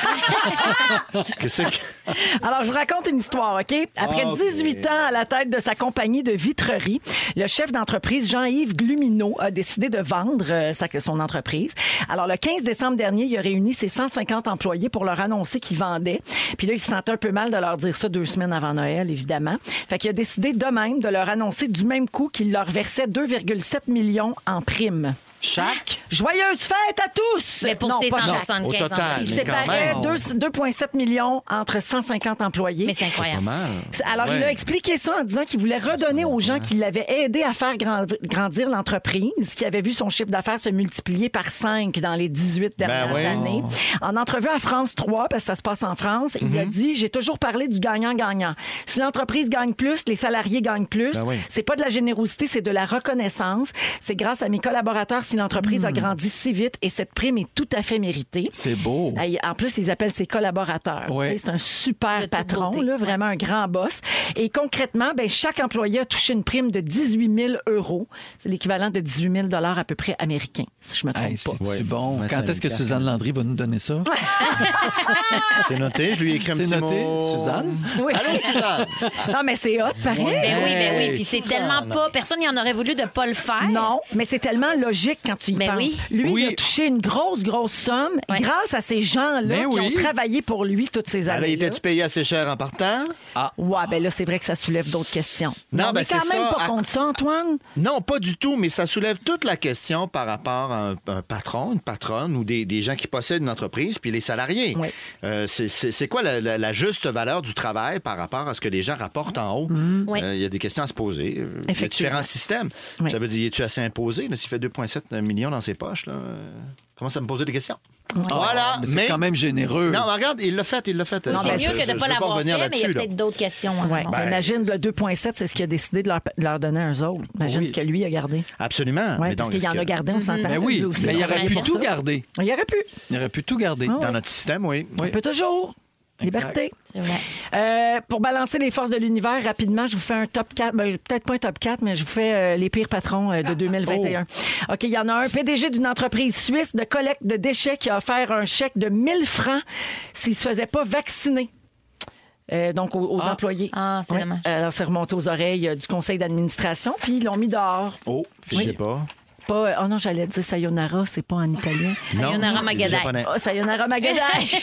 Qu'est-ce que... Alors, je vous raconte une histoire, OK? Après Ah, OK. dix-huit ans à la tête de sa compagnie de vitrerie, le chef d'entreprise Jean-Yves Glumineau a décidé de vendre euh, sa- son entreprise. Alors, le quinze décembre dernier, il a réuni ses cent cinquante employés pour leur annoncer qu'il vendait. Puis là, il se sentait un peu mal de leur dire ça deux semaines avant Noël, évidemment. Fait qu'il a décidé de même de leur annoncer du même coup qu'il leur versait deux virgule sept millions en primes. Chaque. Joyeuse fête à tous! Mais pour Non, ces pas cent chaque. soixante-quinze Au total, employés. Il mais quand séparait même. deux- deux virgule sept millions entre cent cinquante employés. Mais c'est Pas incroyable. mal. Alors, Ouais. il a expliqué ça en disant qu'il voulait redonner aux gens qui l'avaient aidé à faire grand- grandir l'entreprise, qui avaient vu son chiffre d'affaires se multiplier par cinq dans les dix-huit dernières Ben oui. années. En entrevue à France trois, parce que ça se passe en France, il Mhm. a dit « J'ai toujours parlé du gagnant-gagnant. Si l'entreprise gagne plus, les salariés gagnent plus. Ben oui. C'est pas de la générosité, c'est de la reconnaissance. C'est grâce à mes collaborateurs si l'entreprise Hmm. a grandi si vite et cette prime est tout à fait méritée. » C'est beau. Hey, En plus, ils appellent ses collaborateurs. Ouais. Tu sais, C'est un super De toute patron, beauté. là, vraiment un grand boss. Et concrètement, ben, chaque employé a touché une prime de dix-huit mille euros. C'est l'équivalent de dix-huit mille dollars à peu près américains, si je me trompe Hey, pas. c'est-tu Ouais. bon? vingt-cinq Quand est-ce que mille Suzanne Landry va nous donner ça? C'est noté, je lui ai écrit un C'est petit noté, mot. Suzanne? Oui. Allô, Suzanne? Non, mais c'est hot, pareil. Ben oui, ben oui. Hey. Puis c'est tellement pas. Personne n'y en aurait voulu de pas le faire. Non, mais c'est tellement logique quand tu y Ben penses. oui. Lui, Oui. il a touché une grosse, grosse somme Ouais. grâce à ces gens-là Ben qui oui. ont travaillé pour lui toutes ces Alors, années. il était-tu payé assez cher en partant? Ouais, ben là, c'est vrai que ça soulève d'autres questions. Non, Mais on ben est quand c'est même ça. pas À- contre ça, Antoine. Non, pas du tout, mais ça soulève toute la question par rapport à un, un patron, une patronne ou des, des gens qui possèdent une entreprise, puis les salariés. Oui. Euh, c'est- c'est c'est quoi la, la- la juste valeur du travail par rapport à ce que les gens rapportent en haut? Euh, Oui. Il y a des questions à se poser. Euh, Il y a Effectivement. différents systèmes. Oui. Ça veut dire, es-tu assez imposé? là, S'il fait deux virgule sept millions dans ses poches, là, euh, commence à me poser des questions. Voilà, Mais c'est mais... quand même généreux. Non, mais regarde, il l'a fait, il l'a fait. Non, Ça, ben, C'est je- mieux que je- de je ne pas veux l'avoir revenir fait, mais il y a là-dessus, là. peut-être d'autres questions. hein, Ouais. bon. Imagine, le deux virgule sept, c'est ce qu'il a décidé de leur, de leur donner à eux autres. Imagine Oui. ce que lui a gardé. Absolument. Oui, Mais parce donc, qu'il est-ce en que- a gardé, on s'entend. Ben oui, lui aussi. mais il aurait Ouais, pu pour tout ça. garder. Il aurait pu. Il aurait pu tout garder. Ah, Dans notre système, oui. On peut toujours. Liberté. C'est vrai. Euh, pour balancer les forces de l'univers, rapidement, je vous fais un top quatre. Ben, peut-être pas un top quatre, mais je vous fais euh, les pires patrons euh, de deux mille vingt et un. OK, il y en a un. P D G d'une entreprise suisse de collecte de déchets qui a offert un chèque de mille francs s'il ne se faisait pas vacciner. Euh, donc, aux, aux Ah. employés. Ah, c'est Ouais. dommage. Alors, c'est remonté aux oreilles euh, du conseil d'administration, puis ils l'ont mis dehors. Oh, Je sais pas. Pas, oh non, j'allais dire sayonara, c'est pas en italien. Sayonara c'est Magadai. japonais. Oh, sayonara Magadai.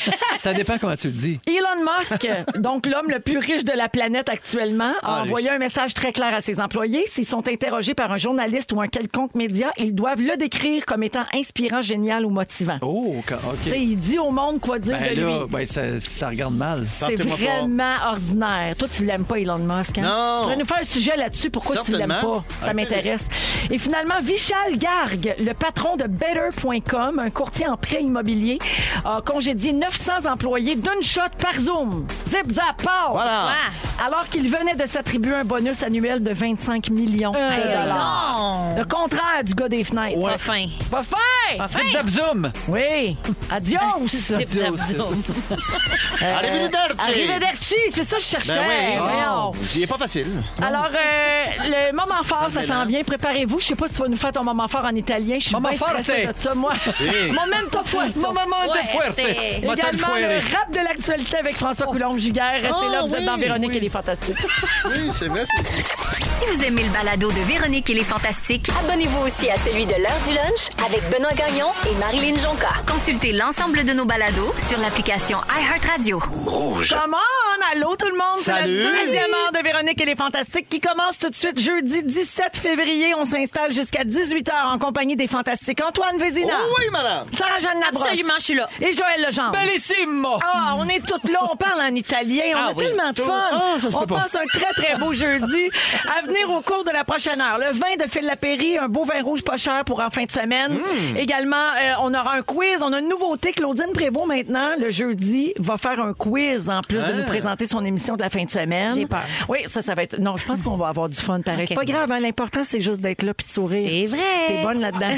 ça dépend comment tu le dis. Elon Musk, donc l'homme le plus riche de la planète actuellement, a Ah, lui. envoyé un message très clair à ses employés. S'ils sont interrogés par un journaliste ou un quelconque média, ils doivent le décrire comme étant inspirant, génial ou motivant. Oh, quand- Tu sais, OK. il dit au monde quoi dire Ben de là, lui. ben ça, ça regarde mal. C'est Partez-moi pas. vraiment ordinaire. Toi, tu l'aimes pas, Elon Musk. Hein? Non. Tu pourrais nous faire un sujet là-dessus. Pourquoi tu l'aimes Certainement. pas? Ça m'intéresse. Et finalement, Vishal Garg, le patron de Better point com, un courtier en prêt immobilier, a congédié neuf cents employés d'une shot par Zoom. Zip, zap, pow! Voilà. Ouais. Alors qu'il venait de s'attribuer un bonus annuel de vingt-cinq millions de dollars. non. Le contraire du gars des fenêtres. Pas fin. Pas fin! Pas fin. Zip, zap, zoom! Oui. Adios! Zip, zap, zoom. Arrivederci. Arrivederci, c'est ça que je cherchais. Ben oui. Voyons. Il est pas facile. Alors, euh, le moment fort, ça s'en vient. Préparez-vous. Je sais pas si tu vas nous faire ton moment fort en italien. Je suis Moment bien forte. stressée de ça, moi. Momento fuerte. Momento Ouais, fuerte! t'es- Motel Également, le fuere. rap de l'actualité avec François Coulombe-Giguère. Restez Oh, là, vous êtes oui, dans Véronique oui. et les Fantastiques. Oui, c'est vrai. c'est- Si vous aimez le balado de Véronique et les Fantastiques, Abonnez-vous aussi à celui de l'heure du lunch avec Benoît Gagnon et Marilyn Jonca. consultez l'ensemble de nos balados sur l'application iHeartRadio. Come on! Allô, tout le monde! C'est la Salut! deuxième heure de Véronique et les Fantastiques qui commence tout de suite jeudi dix-sept février. On s'installe jusqu'à dix-huit heures en compagnie des Fantastiques Antoine Vézina, Oh oui, madame. Sarah-Jeanne Labrosse. Absolument, je suis là. Et Joël Legendre. Bellissimo! Ah, on est toutes là, on parle en italien, on Ah a oui. tellement de fun. Ah, ça se on peut pas. passe un très, très beau jeudi à venir au cours de la prochaine heure. Le vin de Phil Lapéry, un beau vin rouge pas cher pour en fin de semaine. Mm. Également, euh, on aura un quiz. On a une nouveauté. Claudine Prévost, maintenant, le jeudi, va faire un quiz en plus de nous présenter son émission de la fin de semaine. J'ai peur. Oui, ça, ça va être... Non, je pense qu'on va avoir du fun pareil. Ok. C'est pas grave, hein, l'important, c'est juste d'être là puis de sourire. C'est vrai. T'es bonne là-dedans.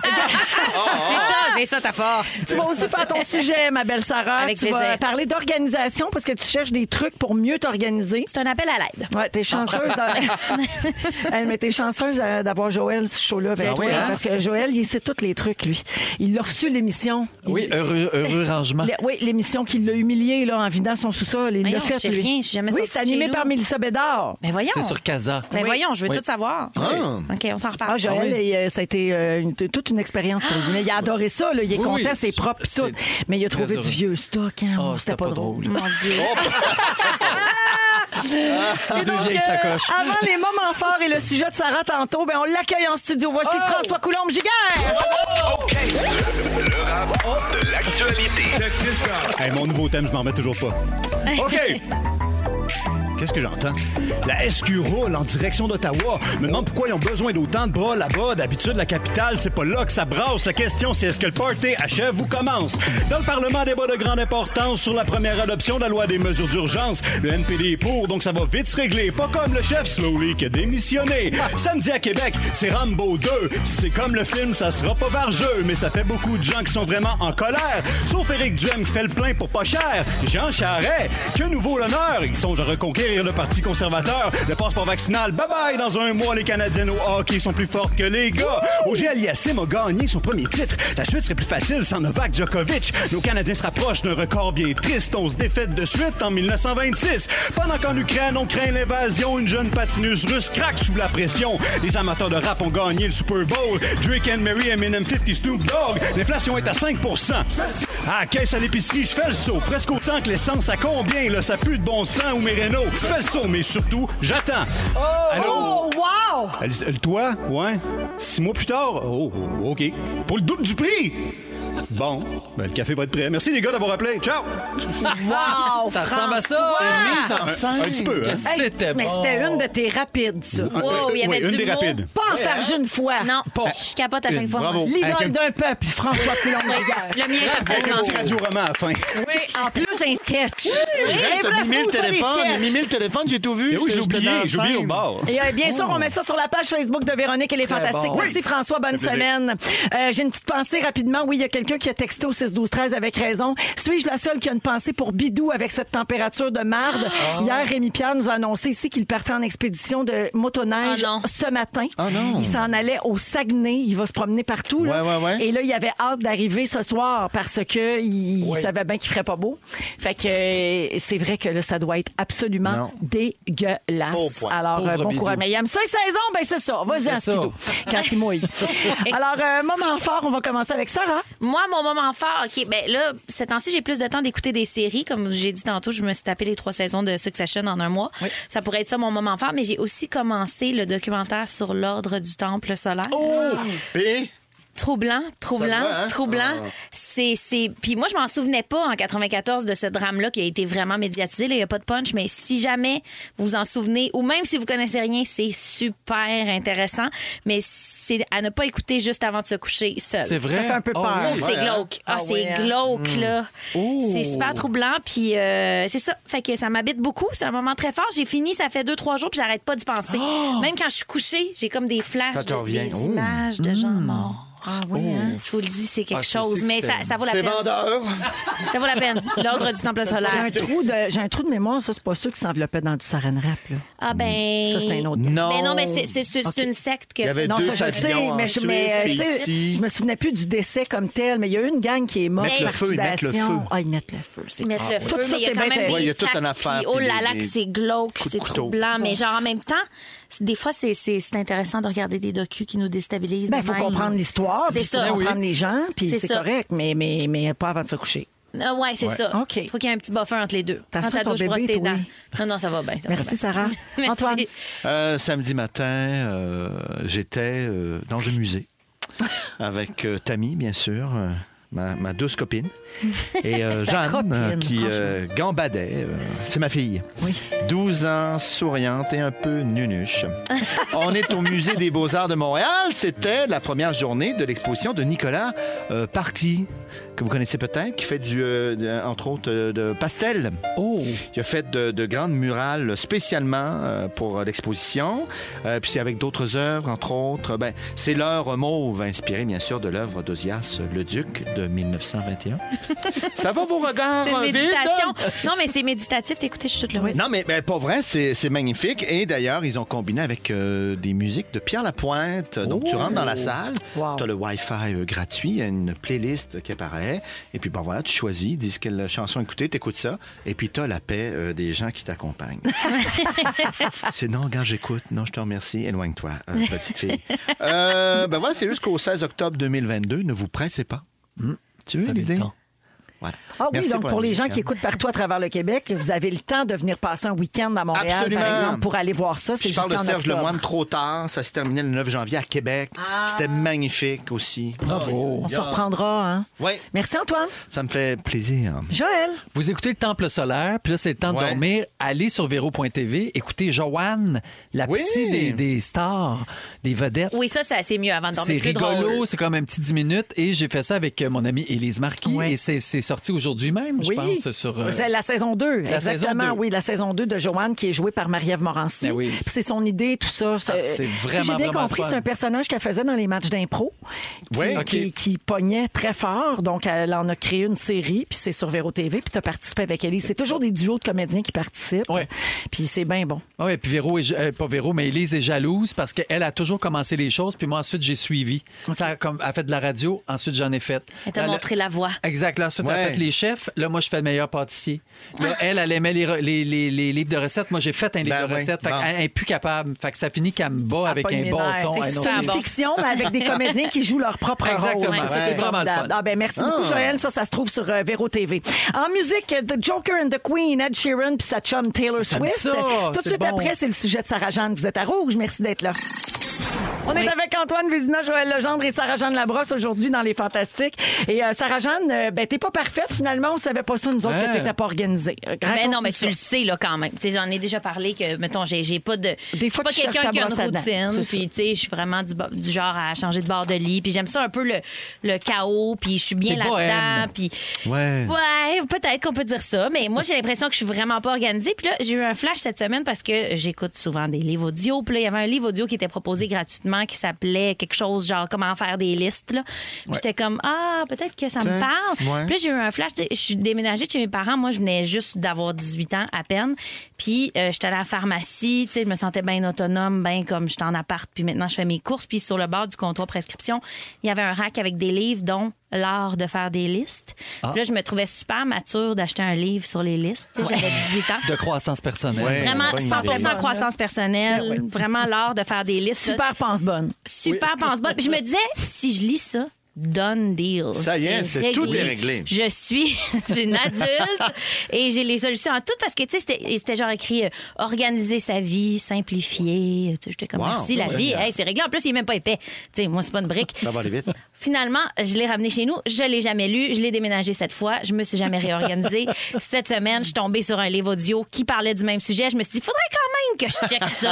C'est ça, c'est ça ta force. Tu vas aussi faire ton sujet, ma belle Sarah. Avec tu vas plaisir. parler d'organisation parce que tu cherches des trucs pour mieux t'organiser. C'est un appel à l'aide. Ouais, t'es chanceuse. d'a- Hey, mais t'es chanceuse euh, d'avoir Joël sur ce show-là. Ben, Je ouais, sais. hein, parce que Joël, il sait tous les trucs, lui. Il a reçu l'émission. Oui, Il- heureux, heureux rangement. le- oui, l'émission qui l'a humilié là, en vidant son sous-sol. Il l'a Voyons, fait, je sais lui. rien, je suis jamais Oui, sortie c'est de chez animé nous. par Mélissa Bédard. Mais voyons. C'est sur Casa. Mais voyons, je veux Oui. tout savoir. Ah. OK, on s'en reparle. Ah, Joël, Ah oui? il, euh, ça a été euh, une- toute une expérience pour lui. Mais il a adoré ça. Là. Il est Oui, content, oui. c'est propre pis C'est tout. Mais il a trouvé très du heureux. vieux stock. Hein. Oh, C'était pas, drôle. Mon Dieu. Deux Donc, vieilles euh, sacoches. avant les moments forts et le sujet de Sarah tantôt, ben on l'accueille en studio. Voici Oh! François Coulombe-Giguère. OK. Le rap de l'actualité. Hey, mon nouveau thème, je m'en remets toujours pas. OK. Qu'est-ce que j'entends? La S Q roule en direction d'Ottawa. Me demande pourquoi ils ont besoin d'autant de bras là-bas. D'habitude, la capitale, c'est pas là que ça brasse. La question, c'est est-ce que le party achève ou commence? Dans le Parlement, débat de grande importance sur la première adoption de la loi des mesures d'urgence. Le N P D est pour, donc ça va vite se régler. Pas comme le chef Slowly qui a démissionné. Samedi à Québec, c'est Rambo deux. C'est comme le film, ça sera pas vargeux, mais ça fait beaucoup de gens qui sont vraiment en colère. Sauf Éric Duhem qui fait le plein pour pas cher. Jean Charest, que nouveau l'honneur. Ils songent à reconquérir conquérir le Parti conservateur. Le passeport vaccinal, bye-bye! Dans un mois, les Canadiennes au hockey sont plus fortes que les gars. Auger Aliassime a gagné son premier titre. La suite serait plus facile sans Novak Djokovic. Nos Canadiens se rapprochent d'un record bien triste. onze défaites de suite en dix-neuf cent vingt-six. Pendant qu'en Ukraine, on craint l'invasion, une jeune patineuse russe craque sous la pression. Les amateurs de rap ont gagné le Super Bowl. Drake and Mary, Eminem, cinquante, Snoop Dogg. L'inflation est à cinq pour cent. À la caisse à l'épicerie, je fais le saut. Presque autant que l'essence, à combien? Là, ça pue de bon sang ou mes Renault. Je fais le saut, mais surtout, j'attends. Oh! Allô? Oh, wow! Elle- elle- toi? Ouais. Six mois plus tard? Oh, oh, OK. Pour le double du prix? Bon, ben, le café va être prêt. Merci les gars d'avoir appelé. Ciao! Wow! Ça ressemble à ça. François! Mise en scène. Un petit peu, hein? Hey, C'était mais bon. c'était une de tes rapides, ça. Wow, il y avait Oui, du une des mot. rapides. Pas en faire une fois. Non, je capote à chaque fois. Bravo. L'idole Avec un- d'un peuple, François Coulombe-Giguère. Le mien, Avec un certainement. petit radio-roman à la fin. Oui, en plus, un sketch. Hey, T'as bravo, mis le toi, les téléphone, sketchs. Mimi le téléphone, j'ai tout vu. Mais oui, j'ai J'étais oublié, dans la j'ai oublié au scène. bord. Et euh, bien sûr, on met ça sur la page Facebook de Véronique et les Fantastiques. bon. Merci François, bonne plaisir. semaine. Euh, J'ai une petite pensée rapidement. Oui, il y a quelqu'un qui a texté au six douze treize avec raison. Suis-je la seule qui a une pensée pour Bidou avec cette température de marde? Hier, Rémi Pierre nous a annoncé ici qu'il partait en expédition de motoneige Ah non. ce matin. Ah non. Il s'en allait au Saguenay. Il va se promener partout. Là. Ouais, ouais, ouais. Et là, il avait hâte d'arriver ce soir parce que il savait bien qu'il ferait pas beau. Fait que euh, c'est vrai que là, ça doit être absolument Non. dégueulasse. Au point. Alors, euh, Pauvre bon Bidou. courage. Mais il aime ça, les saisons, ben c'est ça. Vas-y C'est en ça. stylo quand il mouille. Alors, euh, moment fort, on va commencer avec Sarah. Moi, mon moment fort, OK, ben là, ces temps-ci, j'ai plus de temps d'écouter des séries. Comme j'ai dit tantôt, je me suis tapé les trois saisons de Succession en un mois. Ça pourrait être ça, mon moment fort. Mais j'ai aussi commencé le documentaire sur l'ordre du Temple solaire. Puis, Troublant, troublant, Ça va, hein? troublant. Ah. C'est, c'est... Puis moi, je m'en souvenais pas en quatre-vingt-quatorze de ce drame-là qui a été vraiment médiatisé. Là, il n'y a pas de punch, mais si jamais vous vous en souvenez, ou même si vous connaissez rien, c'est super intéressant. Mais c'est à ne pas écouter juste avant de se coucher seul. C'est vrai. Ça fait un peu Oh, peur. Oh, oui. c'est Ouais, hein? glauque. Ah, Ah c'est ouais, hein? glauque, là. C'est super troublant. Puis euh, c'est ça. Fait que ça m'habite beaucoup. C'est un moment très fort. J'ai fini, ça fait deux, trois jours, puis j'arrête pas d'y penser. Même quand je suis couchée, j'ai comme des flashs, Ça te de, revient. des Oh. images de gens morts. Ah oui, hein? Je vous le dis, c'est quelque Ah, ça, chose. c'est Mais que ça, c'était- ça vaut la c'est peine. vendeur. Ça vaut la peine. L'ordre du Temple J'ai un, solaire. trou de, j'ai un trou de mémoire, ça, c'est pas sûr qui s'enveloppait dans du saran wrap. Là. Ah ben. Ça, c'est un autre. Non. Mais non, mais c'est, c'est, c'est Ok. une secte que. Il y avait Non, deux ça, je sais, pavillons en mais, je, Suisse, mais, euh, puis tu sais, ici. je me souvenais plus du décès comme tel, mais il y a eu une gang qui est morte Mettre le par feu, ils mettent le sudation. feu. Ah, ils mettent le feu. C'est Mettre le Tout feu, ça, mais il y a c'est quand bien même terrible. Ouais, il y a des toute une facts, affaire, puis oh puis là là, des- que c'est glauque, coups de c'est couteau. troublant. Mais genre, en même temps, c'est- des fois, c'est, c'est, c'est intéressant de regarder des docus qui nous déstabilisent. Ben, de il faut même. comprendre l'histoire, C'est puis ça. faut Oui. comprendre les gens, puis C'est c'est ça. correct, mais, mais, mais pas avant de se coucher. Ah ouais, c'est ça. OK. Il faut qu'il y ait un petit buffer entre les deux. T'as Quand ça, ta ton douche, brosse bébé, tes toi? dents. Non, non, ça va bien. ça va Merci, bien. Sarah. Merci. Antoine? Euh, samedi matin, euh, j'étais euh, dans un musée avec euh, Tammy, bien sûr, euh, ma, ma douce copine, et euh, Sa Jeanne, copine, euh, qui euh, gambadait. euh, c'est ma fille. Oui. douze ans, souriante et un peu nunuche. On est au Musée des Beaux-Arts de Montréal. C'était la première journée de l'exposition de Nicolas euh, Party, que vous connaissez peut-être, qui fait, du, euh, de- entre autres, euh, de pastel. Oh! Il a fait de, de grandes murales spécialement euh, pour l'exposition. Euh, puis c'est avec d'autres œuvres, entre autres. Ben, c'est l'heure mauve, inspirée bien sûr de l'œuvre d'Ozias le Duc de dix-neuf cent vingt et un. Ça va vos regards C'est une euh, vides? méditation. Non, mais c'est méditatif. T'écoutes, je suis toute là. Non, mais ben, pas vrai, c'est c'est magnifique. Et d'ailleurs, ils ont combiné avec euh, des musiques de Pierre Lapointe. Donc, tu rentres dans la salle, Wow. tu as le Wi-Fi euh, gratuit, il y a une playlist qui apparaît. Et puis, bon, voilà, tu choisis, ils disent quelle chanson écouter, tu écoutes ça. Et puis, tu as la paix euh, des gens qui t'accompagnent. C'est non, regarde, j'écoute. Non, je te remercie. Éloigne-toi, euh, petite fille. Euh, ben voilà, c'est jusqu'au seize octobre deux mille vingt-deux. Ne vous pressez pas. Tu veux Vous avez le l'idée? temps. Voilà. Ah oui, Merci donc la pour les gens musique, qui hein. écoutent partout à travers le Québec, vous avez le temps de venir passer un week-end à Montréal, Absolument. par exemple, pour aller voir ça. C'est Je parle de jusqu'en Serge octobre. Lemoine trop tard. Ça se terminait le neuf janvier à Québec. C'était magnifique aussi. Bravo. On se reprendra, hein? Oui, Merci, Antoine. ça me fait plaisir. Joël? Vous écoutez le Temple solaire, puis là, c'est le temps de Ouais. dormir. Allez sur véro point t v, écoutez Joanne, la Oui. psy des, des stars, des vedettes. Oui, ça, c'est assez mieux avant de dormir. C'est plus rigolo, drôle. c'est comme un petit dix minutes et j'ai fait ça avec euh, mon amie Élise Marquis Ouais. et c'est c'est sorti aujourd'hui même, je Oui. pense. Sur, euh, C'est la saison deux. la Exactement, saison deux. oui, la saison deux de Joanne qui est jouée par Marie-Ève Morancy. Ben oui. Puis c'est son idée, tout ça. C'est, Ah, c'est vraiment, si j'ai bien vraiment compris, fun. c'est un personnage qu'elle faisait dans les matchs d'impro qui, Oui. qui, OK. qui pognait très fort. Donc, elle en a créé une série, puis c'est sur Véro T V, puis tu as participé avec Élise. C'est toujours des duos de comédiens qui participent. Ouais. Puis c'est bien bon. Oui, puis Véro, est, euh, pas Véro, mais Élise est jalouse parce qu'elle a toujours commencé les choses, puis moi, ensuite, j'ai suivi. Ça a, comme, elle a fait de la radio, ensuite, j'en ai fait. Elle t'a Là, montré la voie. Exact. Là, ensuite, elle a Ouais. fait les chefs. Là, moi, je fais le meilleur pâtissier. Là, elle, elle aimait les, re- les, les, les livres de recettes. Moi, j'ai fait un livre Ben de oui. recettes. Fait Bon. qu'elle n'est plus capable. Fait que ça finit qu'elle me bat avec Pogne un les nerfs. bâton. C'est Hey, non, c'est c'est une bon. fiction, mais avec des comédiens qui jouent leur propre Exactement. rôle. Ouais, Ça, c'est vraiment le formidable. fun. Ah, ben, merci beaucoup, Joël. Ça, ça se trouve sur euh, Véro T V. En musique, The Joker and the Queen, Ed Sheeran puis sa chum Taylor J'aime Swift. ça. Tout de C'est suite bon. après, c'est le sujet de Sarah-Jeanne. Vous êtes à Rouge. Merci d'être là. On est avec Antoine Vézina, Joël Legendre et Sarah-Jeanne Labrosse aujourd'hui dans Les Fantastiques. Et euh, Sarah-Jeanne, euh, ben, t'es pas parfaite. Finalement, on savait pas ça, nous autres, Ouais. que t'étais pas organisée. Euh, Ben raconte-nous non, mais tu ça. le sais là quand même. Tu sais, j'en ai déjà parlé que mettons j'ai j'ai pas de Des je fois, suis tu pas cherches quelqu'un ta qui a une brosse à dents. C'est routine, ça. puis tu sais, je suis vraiment du, bo- du genre à changer de bord de lit, puis j'aime ça un peu le, le chaos, puis je suis bien T'es là-dedans, bohème. puis Ouais. ouais, peut-être qu'on peut dire ça, mais moi j'ai l'impression que je suis vraiment pas organisée. Puis là, j'ai eu un flash cette semaine parce que j'écoute souvent des livres audio, puis là il y avait un livre audio qui était proposé gratuitement qui s'appelait quelque chose genre comment faire des listes là. Puis J'étais comme ah, peut-être que ça me Tiens, parle. ouais. Puis là, j'ai eu un flash. Tu sais, je suis déménagée de chez mes parents. Moi, je venais juste d'avoir dix-huit ans à peine. Puis, euh, j'étais à la pharmacie. Tu sais, je me sentais bien autonome, bien comme j'étais en appart. Puis maintenant, je fais mes courses. Puis, sur le bord du comptoir prescription, il y avait un rack avec des livres, dont L'art de faire des listes. Puis là, je me trouvais super mature d'acheter un livre sur les listes. Tu sais, j'avais dix-huit ans. De croissance personnelle. Ouais. Vraiment, bonne cent pour cent idée. croissance personnelle. Ouais, ouais. Vraiment l'art de faire des listes. Super pense bonne. Super pense-bonne. Puis je me disais, si je lis ça, done deal. Ça y est, c'est- tout est réglé. Je suis une adulte et j'ai les solutions à tout parce que, tu sais, c'était c'était genre écrit euh, organiser sa vie, simplifier. Tu sais, j'étais comme, Wow, merci, la ouais. vie, hey, c'est réglé. En plus, il est même pas épais. Tu sais, moi, c'est pas une brique. Ça va aller vite. Finalement, je l'ai ramené chez nous. Je l'ai jamais lu. Je l'ai déménagé cette fois. Je me suis jamais réorganisée. Cette semaine, je suis tombée sur un livre audio qui parlait du même sujet. Je me suis dit, faudrait quand même que je check ça.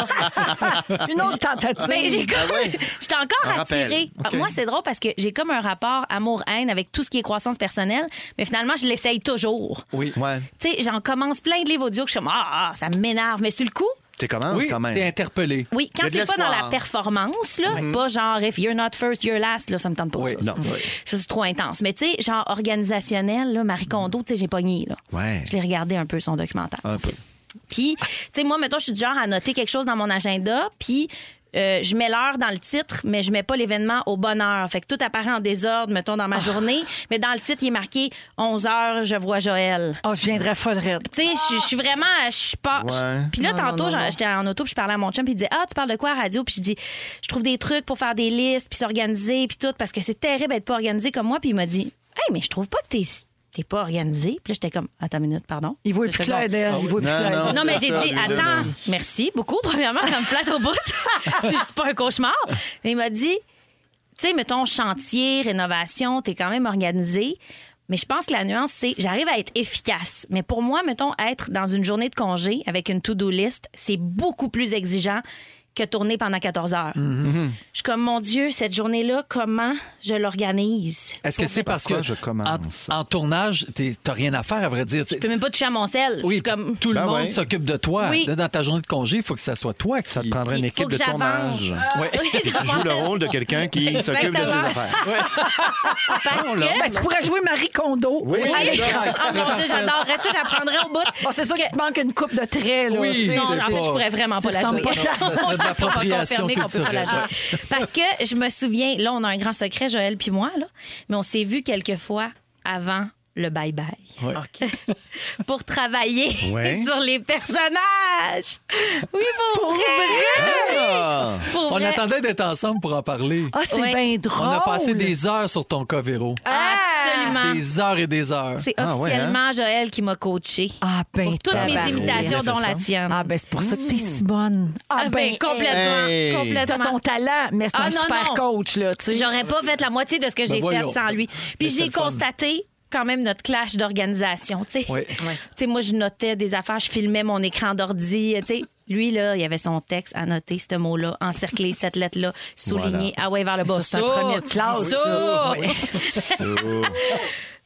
Une autre tentative. Ben, j'ai comme... Ah ouais? J'étais encore Un rappel. attirée. OK. Moi, c'est drôle parce que j'ai comme un rapport amour-haine avec tout ce qui est croissance personnelle, mais finalement, je l'essaye toujours. Oui. Ouais. Tu sais, j'en commence plein de livres audio que je suis comme, ah, ah, ça m'énerve. Mais sur le coup, Tu commences Oui, quand même. t'es interpellé. oui, quand Il y a de c'est pas dans l'espoir. la performance, là, pas genre if you're not first, you're last, là, ça me tente pas. Oui. Ça, Non. Oui. Ça, c'est trop intense. Mais tu sais, genre organisationnel, là, Marie Kondo, tu sais, j'ai pogné, là. Ouais. Je l'ai regardé un peu, son documentaire. Un peu. Puis, tu sais, moi, mettons, je suis du genre à noter quelque chose dans mon agenda, puis euh, je mets l'heure dans le titre, mais je mets pas l'événement au bonne heure. Fait que tout apparaît en désordre, mettons, dans ma journée. Mais dans le titre, il est marqué onze heures, je vois Joël. Oh, je viendrais folle raide. Tu sais, je- je suis vraiment. Je suis pas. Ouais. je- Puis là, Non, tantôt, non, non, genre, non. j'étais en auto, puis je parlais à mon chum, puis il disait ah, tu parles de quoi à la radio? Puis je dis je trouve des trucs pour faire des listes, puis s'organiser, puis tout, parce que c'est terrible d'être pas organisé comme moi. Puis il m'a dit hey, mais je trouve pas que t'es. T'es pas organisé. Puis là, j'étais comme, attends une minute, pardon. Il voit Deux plus secondes. clair d'elle. Il voit plus Non, clair non. d'elle. Non, mais c'est j'ai ça, dit, lui, là, attends, là. merci beaucoup. Premièrement, ça me flatte au bout. C'est juste pas un cauchemar. Mais il m'a dit, tu sais, mettons, chantier, rénovation, t'es quand même organisé. Mais je pense que la nuance, c'est, j'arrive à être efficace. Mais pour moi, mettons, être dans une journée de congé avec une to-do list, c'est beaucoup plus exigeant que tourner pendant quatorze heures. Je suis comme, mon Dieu, cette journée-là, comment je l'organise? Est-ce que c'est parce que Pourquoi je commence? en, en tournage, t'es- t'as rien à faire, à vrai dire? Je peux même pas toucher à mon sel. Oui, Je suis comme... tout le Ben monde ouais. s'occupe de toi. Oui. Là, dans ta journée de congé, il faut que ça soit toi qui... Ça te prendrait une Il faut équipe que de j'avance. tournage. Ouais. Oui, Et tu joues le rôle de quelqu'un qui s'occupe de ses Exactement. affaires. Parce que... Ben, tu pourrais jouer Marie Kondo. Oui, Oui. c'est ça. Ah mon Dieu, j'adorerais ça, j'apprendrais au bout. Oh, c'est ça qu'il te manque une coupe de traits. Là, Oui, tu sais. Non, c'est en fait, pas- je pourrais vraiment pas Tu la ressembles jouer. pas tant. Ça serait de Parce qu'on va l'appropriation confirmer qu'on peut pas la culturelle. jouer. Parce que je me souviens, là, on a un grand secret, Joël puis moi, là, mais on s'est vu quelques fois avant le bye-bye. Ouais. Pour travailler Ouais. sur les personnages. Oui, pour, vrai. Ah! Pour On vrai. attendait d'être ensemble pour en parler. Ah, c'est Ouais. bien drôle. On a passé des heures sur ton cas, Véro. Absolument. Des heures et des heures. C'est Ah, ouais, officiellement Joël qui m'a coaché. Ah, ben, Pour toutes mes tabarouette. imitations, Il a dont fait la ça. tienne. Ah, ben, c'est pour ça que t'es si bonne. Ah, ben, complètement. Hey. T'as Complètement. ton talent, mais c'est Ah, un non, super non. coach, là, tu sais. J'aurais pas fait la moitié de ce que j'ai fait voyons. sans lui. Puis Mais c'est j'ai le fun. constaté quand même notre clash d'organisation, tu sais. Oui. Tu sais, moi, je notais des affaires, je filmais mon écran d'ordi, tu sais. Lui, là, il avait son texte à noter, ce mot-là, encerclé, cette lettre-là, souligné, ah ouais, vers le bas. Ça, c'est un premier tu classe, dis ça. ça. Oui.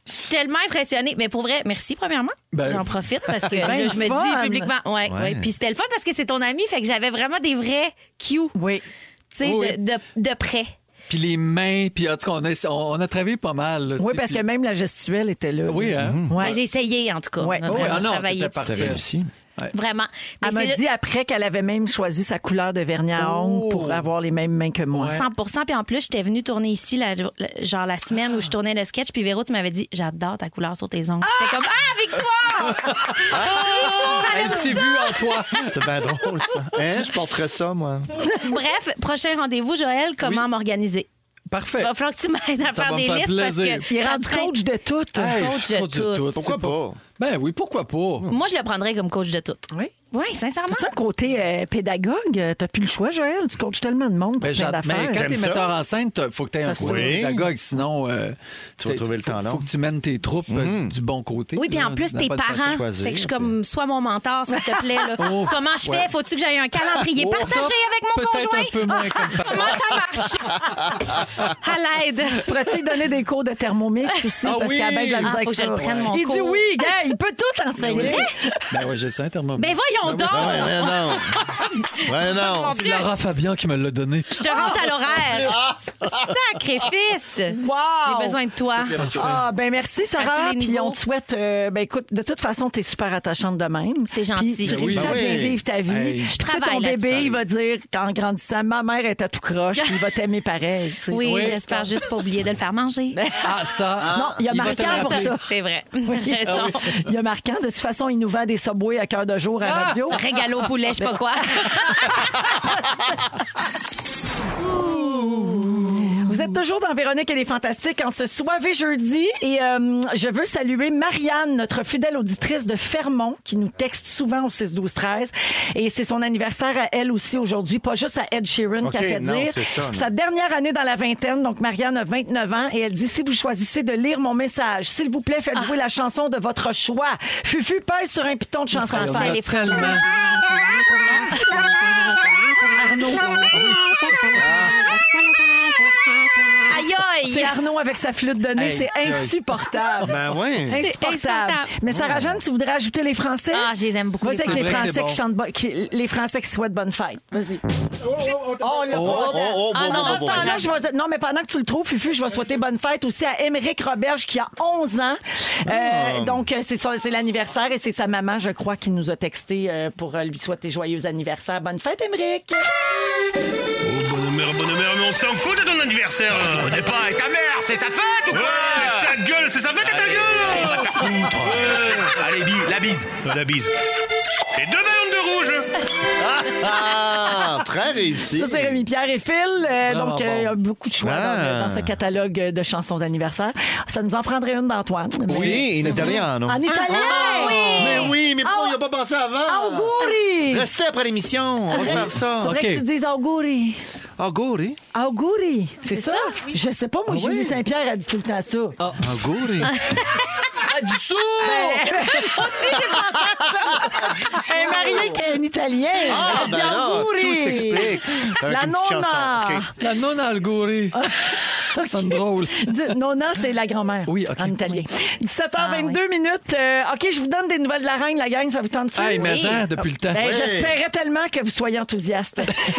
Je suis tellement impressionnée. Mais pour vrai, merci premièrement. Ben, J'en profite parce que c'est bien là, je me fun. dis publiquement. Ouais, Ouais. ouais. Puis c'était le fun parce que c'est ton ami, fait que j'avais vraiment des vrais cues, Oui. tu sais, Oui. de, de, de près. Puis les mains, puis en tout cas, on a, on a travaillé pas mal. là, tu Oui, sais, parce puis- que même la gestuelle était là. Oui, hein? Ouais. Ben, j'ai essayé, en tout cas. Ouais. On a Oui, vraiment ah non, travaillé t'étais dessus. parfait. Réussi. Vraiment. Mais Elle m'a c'est le- dit après qu'elle avait même choisi sa couleur de vernis à ongles pour avoir les mêmes mains que moi. cent pour cent. Puis en plus, j'étais venue tourner ici, la, la- genre la semaine où je tournais le sketch. Puis Véro, tu m'avais dit, j'adore ta couleur sur tes ongles. J'étais comme, ah, Victoire! Elle s'est vue en toi. C'est bien drôle, ça. Hein, je porterais ça, moi. Bref, prochain rendez-vous, Joël, comment m'organiser? Parfait. Il va falloir que tu m'aides à Ça faire va me des faire listes plaisir. parce que Il est ça rendu traîne. coach de tout. Hey, coach je suis de coach de tout. tout. Pourquoi C'est pas? Ben oui, pourquoi pas? Moi, je le prendrais comme coach de tout. Oui. Oui, sincèrement. As-tu un côté euh, pédagogue? T'as plus le choix, Joël? Tu coaches tellement de monde pour Ben, plein j'ad- d'affaires. mais quand T'aimes t'es ça? metteur en scène, il faut que tu aies un T'as côté ça. pédagogue, sinon euh, Tu vas t'es- trouver le temps faut, long. faut que tu mènes tes troupes euh, du bon côté. Oui, puis là, en plus, dans tes la bonne façon. parents. choisir, Fait que je suis puis- comme, sois mon mentor, s'il te plaît. là. Oh, Comment je fais? ouais. Faut-tu que j'aille un calendrier partagé Ça, avec mon peut-être conjoint? un peu moins comme Comment ça marche? À l'aide. Pourrais-tu lui donner des cours de thermomix aussi? Ah parce oui! qu'il a bien de la Ah, misère faut avec que je ça. le prenne, mon Il dit cours. oui, gars, il peut tout enseigner. Ben oui, j'ai ça, un thermomètre. Ben voyons donc! Ouais, ouais, non. Ouais, non. C'est Lara Fabian qui me l'a donné. Je te rentre à l'horaire. Sacrifice! Wow! J'ai besoin de toi. Ah, ben merci, À Sarah. tous les Puis niveaux. on te souhaite. euh, ben écoute, de toute façon, t'es super attachante de même. C'est gentil. Puis tu Ben réussis oui. à bien Ben oui. vivre ta vie. Hey, je Tu sais, travaille ton bébé, là-dessus. il va dire, qu'en grandissant, ma mère est à tout croche, puis il va t'aimer pareil. tu sais. Oui, Oui. j'espère juste pas oublier de le faire manger. Ah, ça. Non, il y a Il va marquant te pour rappeler. ça. C'est vrai. Raison. Il y a marquant. De toute façon, il nous vend des Subway à cœur de jour à Ah! radio. Régalo au poulet, je sais pas quoi. Vous êtes toujours dans Véronique et les Fantastiques en ce soirée jeudi. Et euh, je veux saluer Marianne, notre fidèle auditrice de Fermont, qui nous texte souvent au six douze treize. Et c'est son anniversaire à elle aussi aujourd'hui, pas juste à Ed Sheeran OK, qui a fait non, dire. c'est ça, non. Sa dernière année dans la vingtaine, donc Marianne a vingt-neuf ans. Et elle dit, si vous choisissez de lire mon message, s'il vous plaît, faites jouer la chanson de votre choix. Fufu pèse sur un piton de chanson. Français, Il y en a les Français. tellement. Aïe, C'est aïe! Arnaud avec sa flûte de nez. Hey, c'est aïe. insupportable. Ben oui. Insupportable. insupportable. Mais Sarah Jeanne, tu voudrais ajouter les Français? Ah, je les aime beaucoup. Vas-y les avec les vrai que Français c'est bon. qui chantent bo- qui- les Français qui souhaitent bonne fête. Vas-y. Oh, là, Oh, Oh, oh, Ah bon, non, bon, Pendant bon, ce bon. temps-là, je vais dire- non, mais pendant que tu le trouves, Fufu, je vais souhaiter bonne fête aussi à Émeric Roberge qui a onze ans. Euh, donc, euh, c'est son- c'est l'anniversaire et c'est sa maman, je crois, qui nous a texté euh, pour euh, lui souhaiter joyeux anniversaire. Bonne fête, Émeric! Oh, bonne mère, bonne mère, mais on s'en fout de ton anniversaire. Je connais pas. Et ta mère, c'est sa fête ou quoi? Ouais, ta gueule, c'est sa fête et ta gueule. Va te faire foutre. Ouais. Allez, bise, la bise. Euh, La bise. Et deux ballons de rouge. Ah, très réussi. Ça, c'est Rémi Pierre et Phil. Euh, Vraiment donc, euh, bon. il y a beaucoup de choix Ah. dans, dans ce catalogue de chansons d'anniversaire. Ça nous en prendrait une d'Antoine. Oui, in italiano. En italien! Mais oui, mais pourquoi il n'a pas pensé avant? Auguri! Restez après l'émission, on va se faire ça. Faudrait OK. que tu dises auguri. Auguri. Auguri, c'est ça? Je sais pas, moi, Ah Julie oui? Saint-Pierre a dit tout le temps ça. Auguri. Du sourd! Un marié qui est un Italien. Ah, Elle ben dit là, auguri. tout s'explique. Avec La une petite nonna. chanson. OK. La non Algori. Ça sonne drôle. Dis- Nonna, c'est la grand-mère. Oui, OK. En italien. dix-sept heures vingt-deux minutes. Euh, OK, je vous donne des nouvelles de la reine, la gang. Ça vous tente-tu? Hey, mais Oui. hein, depuis le temps. Ben, Oui. J'espérais tellement que vous soyez enthousiastes.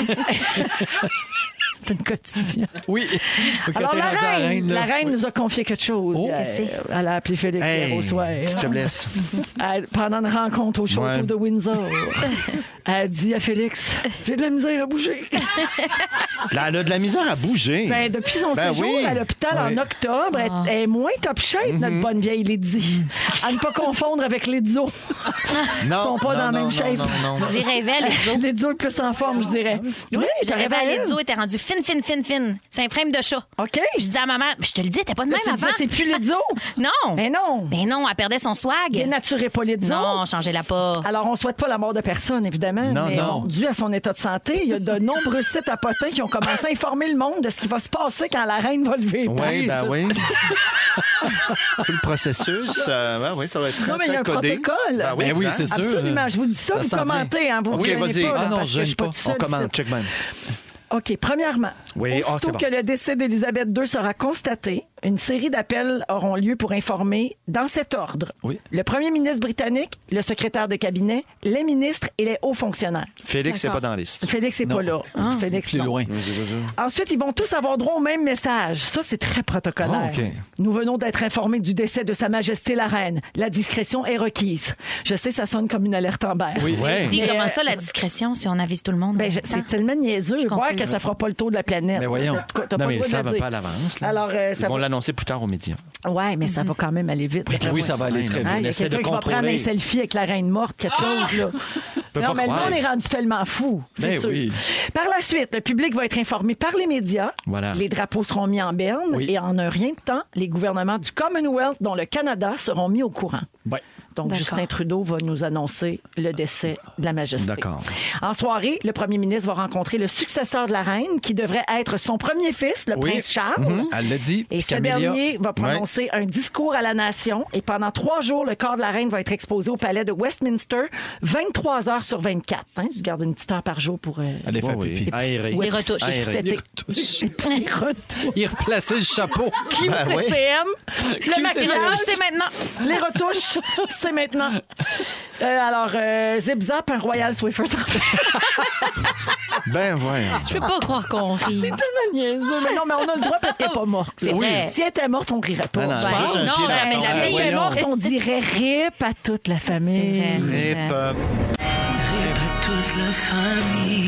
C'est une quotidienne. Oui. Quand Alors, t'es la rendu à reine, Reine, là. la reine nous a confié quelque chose. Oh. Euh, Qu'est-ce que elle a appelé Félix hier Hey, au soir. petite faiblesse. Elle- pendant une rencontre au château Ouais. de Windsor, elle a dit à Félix, j'ai de la misère à bouger. Là, elle a de la misère à bouger. Ben, depuis son Ben séjour oui. à l'hôpital Oui. en octobre, elle, elle est moins top shape, notre bonne vieille Lydie. À ne pas confondre avec Lizzo. non, Ils sont pas non, dans la non, même non, shape. Non, non, J'ai rêvé à Lizzo. Lizzo est plus en forme, je dirais. Oui, J'ai rêvé à Lizzo, était rendue fine, fine, fine, fine. C'est un frame de chat. OK. Je disais à ma mère, mais je te le dis, t'es pas de Là, même tu disais, avant. c'est plus Lizzo. Non. Mais non. Ben non, elle perdait son swag. Dénaturez pas Lizzo. Non, changez-la pas. Alors, on souhaite pas la mort de personne, évidemment. Non, mais non. bon, dû à son état de santé, il y a de nombreux sites à potins qui ont commencé à informer le monde de ce qui va se passer quand la reine va lever les Oui, pattes. ben ça- oui. Tout le processus, euh, ben oui, ça va être très, Non, mais il y a un très codé. protocole. Ben Ben oui, exact. c'est sûr. Absolument. Je vous dis ça, Ça vous s'en commentez. Hein, vous OK, vous craignez vas-y. pas, là, Ah non, parce je que je gêne suis pas pas. toute On seule commande, ici. check man. OK, premièrement, Oui, ah, aussitôt c'est bon. que le décès d'Élisabeth deux sera constaté, une série d'appels auront lieu pour informer, dans cet ordre, Oui. le premier ministre britannique, le secrétaire de cabinet, les ministres et les hauts fonctionnaires. Félix n'est pas dans la liste. Félix n'est Non. pas là. Félix, Plus non. loin. Ensuite, ils vont tous avoir droit au même message. Ça, c'est très protocolaire. Ah, OK. Nous venons d'être informés du décès de Sa Majesté la Reine. La discrétion est requise. Je sais, ça sonne comme une alerte Amber. Oui. Ouais. Si, Mais, comment euh, ça, la discrétion, si on avise tout le monde? Ben, je- c'est tellement niaiseux. Je Voir confuse. que ça fera pas le tour de la planète. Mais voyons. T'as- t'as Non, pas mais le ils droit ne de le savent dire. pas à l'avance. là. Alors, euh, Ils ça vont va- l'annoncer plus tard aux médias. Ouais, mais ça va quand même aller vite. Oui, ça va aller très Ouais, vite. Ah, il y a essaie de quelqu'un qui va prendre contrôler. un selfie avec la reine morte, quelque chose, là. peux Non, pas mais le croire. monde est rendu tellement fou, c'est Ben sûr. oui. Par la suite, le public va être informé par les médias. Voilà. Les drapeaux seront mis en berne. Oui. Et en un rien de temps, les gouvernements du Commonwealth, dont le Canada, seront mis au courant. Ouais. Donc, D'accord. Justin Trudeau va nous annoncer le décès de la Majesté. D'accord. En soirée, le premier ministre va rencontrer le successeur de la reine, qui devrait être son premier fils, le Oui. prince Charles. Mhm. Elle l'a dit. Et ce Camélia. dernier va prononcer un discours à la nation. Et pendant trois jours, le corps de la reine va être exposé au palais de Westminster, vingt-trois heures sur vingt-quatre. Hein, tu gardes une petite heure par jour pour... euh, Elle est fait Oui, pipi. oui. Aéré. Les retouches. Aéré. cet- Les retouches. Les retouches. Il replaçait le chapeau. Q Ben oui. C C M. Le c'est maquillage, ça. c'est maintenant. Les retouches, c'est maintenant. Euh, alors, euh, Zip Zap, un Royal Swiffer. Ben voyons. Je peux pas croire qu'on rit. C'est tellement niaiseux. Mais non, mais on a le droit parce qu'elle n'est pas morte. C'est Oui. vrai. Si elle était morte, on rirait pas. Ben non, Tu Ouais. vois? juste un Non, pied jamais de la dans- Si elle vie. était voyons. morte, on dirait rip à toute la famille. C'est vrai. Rip, euh, Rip à toute la famille.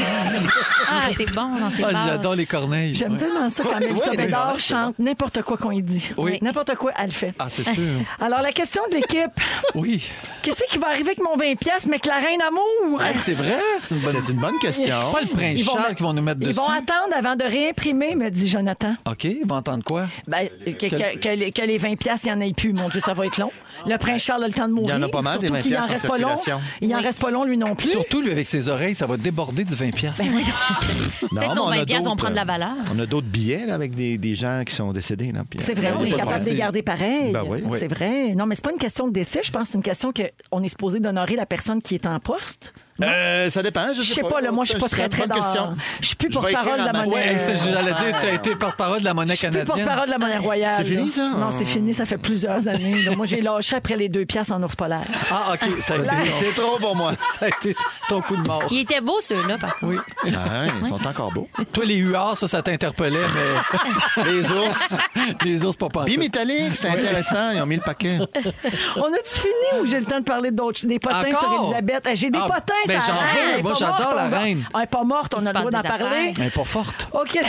Ah, c'est bon dans ces Ah, bases. j'adore les corneilles. J'aime Ouais. tellement ça quand Mélissa Ouais, Bédard ouais, chante n'importe quoi qu'on y dit. Oui. N'importe quoi, elle le fait. Ah, c'est sûr. Alors, la question de l'équipe, Oui. qu'est-ce qui va arriver avec mon vingt piastres, mais que la reine amour? Ah, c'est vrai. C'est une bonne... c'est une bonne question. Pas le prince Ils vont Charles mettre- qui vont nous mettre Ils dessus. vont attendre avant de réimprimer, me dit Jonathan. OK, ils vont entendre quoi? Ben, que, que- que les- que les vingt piastres, il n'y en ait plus. Mon Dieu, ça va être long. Le prince Charles a le temps de mourir. Il y en a pas mal, des Surtout vingt qu'il en piastres en reste pas long. circulation. Il en reste pas long, lui non plus. Surtout, lui, avec ses oreilles, ça va déborder du vingt piastres. Non, Peut-être mais nos on a vingt piastres vont d'autres, prendre de la euh, valeur. On a d'autres billets là, avec des, des gens qui sont décédés. Là, puis, C'est vrai, euh, on est c'est capable vrai. de les garder pareil. Ben oui. C'est vrai. Non, mais c'est pas une question de décès. Je pense que c'est une question qu'on est supposé d'honorer la personne qui est en poste. Euh, ça dépend. Je Je sais sais pas, là, moi, je suis pas C'est très, une très bonne dans... question. Je suis plus Je vais porte-parole de écrire la à ma- monnaie. Ouais, ça, j'allais dire, tu as été porte-parole de la monnaie Je suis plus canadienne. porte-parole de la monnaie royale. C'est fini, là. ça? Non, c'est fini. Ça fait plusieurs années. là. Moi, j'ai lâché après les deux piastres en ours polaire. Ah, OK, ça a, été, C'est trop pour moi. ça a été ton coup de mort. Il était beau, ceux-là, par contre. Oui. Ah, ils sont encore beaux. Toi, les huards, ça, ça t'interpellait, mais Les ours. les ours, pas pas. Bimétallique, c'était intéressant. Ils ont mis le paquet. On a-tu fini ou j'ai le temps de parler d'autres des potins Encore? sur Elisabeth? J'ai des Ah, potins, ben, ça j'en arrête. veux. Elle est Moi, pas j'adore morte, la on va- reine. Elle n'est pas morte, on Il a se le droit d'en passe des parler. affaires. Elle est pas forte. OK.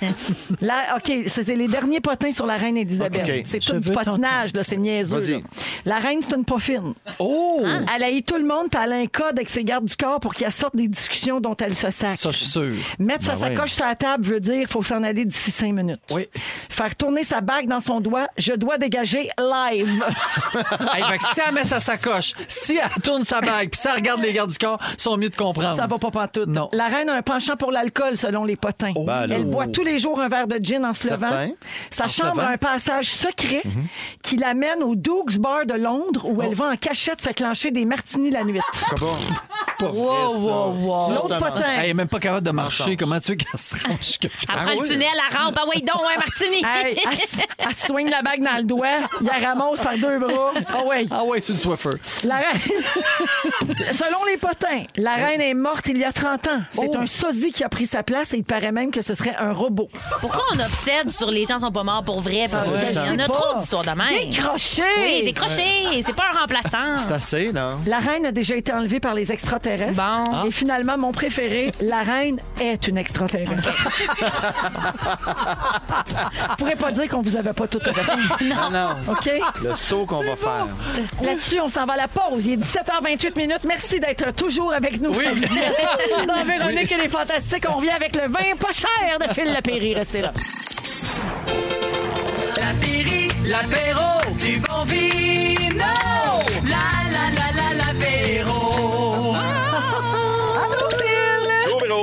La- OK, c'est c'est les derniers potins sur la reine Elisabeth. OK. C'est Je tout du veux patinage, là, c'est niaiseux. Vas-y. là. La reine, c'est une poffine. Oh! Elle haït tout le monde, puis elle a un code avec ses gardes du corps pour qu'elle sorte des discussions dont elle se sac. Ça, je suis sûr. Mettre sa Ben ouais. sacoche sur la table veut dire qu'il faut s'en aller d'ici cinq minutes. Oui. Faire tourner sa bague dans son doigt, je dois dégager live. Hey, fait que si elle met sa sacoche, si elle tourne sa bague, puis si elle regarde les gardes du corps, ils sont mieux de comprendre. Ça va pas pantoute. Non. La reine a un penchant pour l'alcool, selon les potins. Ben là. Elle boit tous les jours un verre de gin en se levant. Certain. Sa En se chambre levant. a un passage secret qui l'amène au Doug's Bar de Londres, où elle va en cachette se clencher des martinis la nuit. Pourquoi pas? Wow, wow, wow. L'autre Justement. potin. Elle est même pas capable de marcher. chance. Comment tu veux qu'elle se range jusque- Après Ah le oui? tunnel, la rampe, ah oui, donc, un martini. Hey, elle, s- elle se soigne la bague dans le doigt, il la ramasse par deux bras. Oh ouais. Ah ouais, c'est une Swiffer. La reine... Selon les potins, la reine est morte il y a trente ans. C'est Oh. un sosie qui a pris sa place et il paraît même que ce serait un robot. Pourquoi on obsède sur les gens qui sont pas morts pour vrai? Parce que fait il y en a sens. trop d'histoires de même. Décroché! Oui, décroché. C'est pas un remplaçant. C'est assez, là. La reine a déjà été enlevée par les extraterrestres. Bon. Et finalement, mon préféré, la reine est une extraterrestre. Vous pourrez pas dire qu'on vous avait pas tout fait. Non, non. OK? Le saut qu'on va faire. Là-dessus, on s'en va à la pause. Il est dix-sept heures vingt-huit minutes. Merci d'être toujours avec nous. Oui. samedi. Dans Véronique et les Fantastiques, on revient avec le vin pas cher de Phil Lapéry. Restez là. Lapéry, l'apéro du bon vino. La la la la l'apéro. Allô, Phil?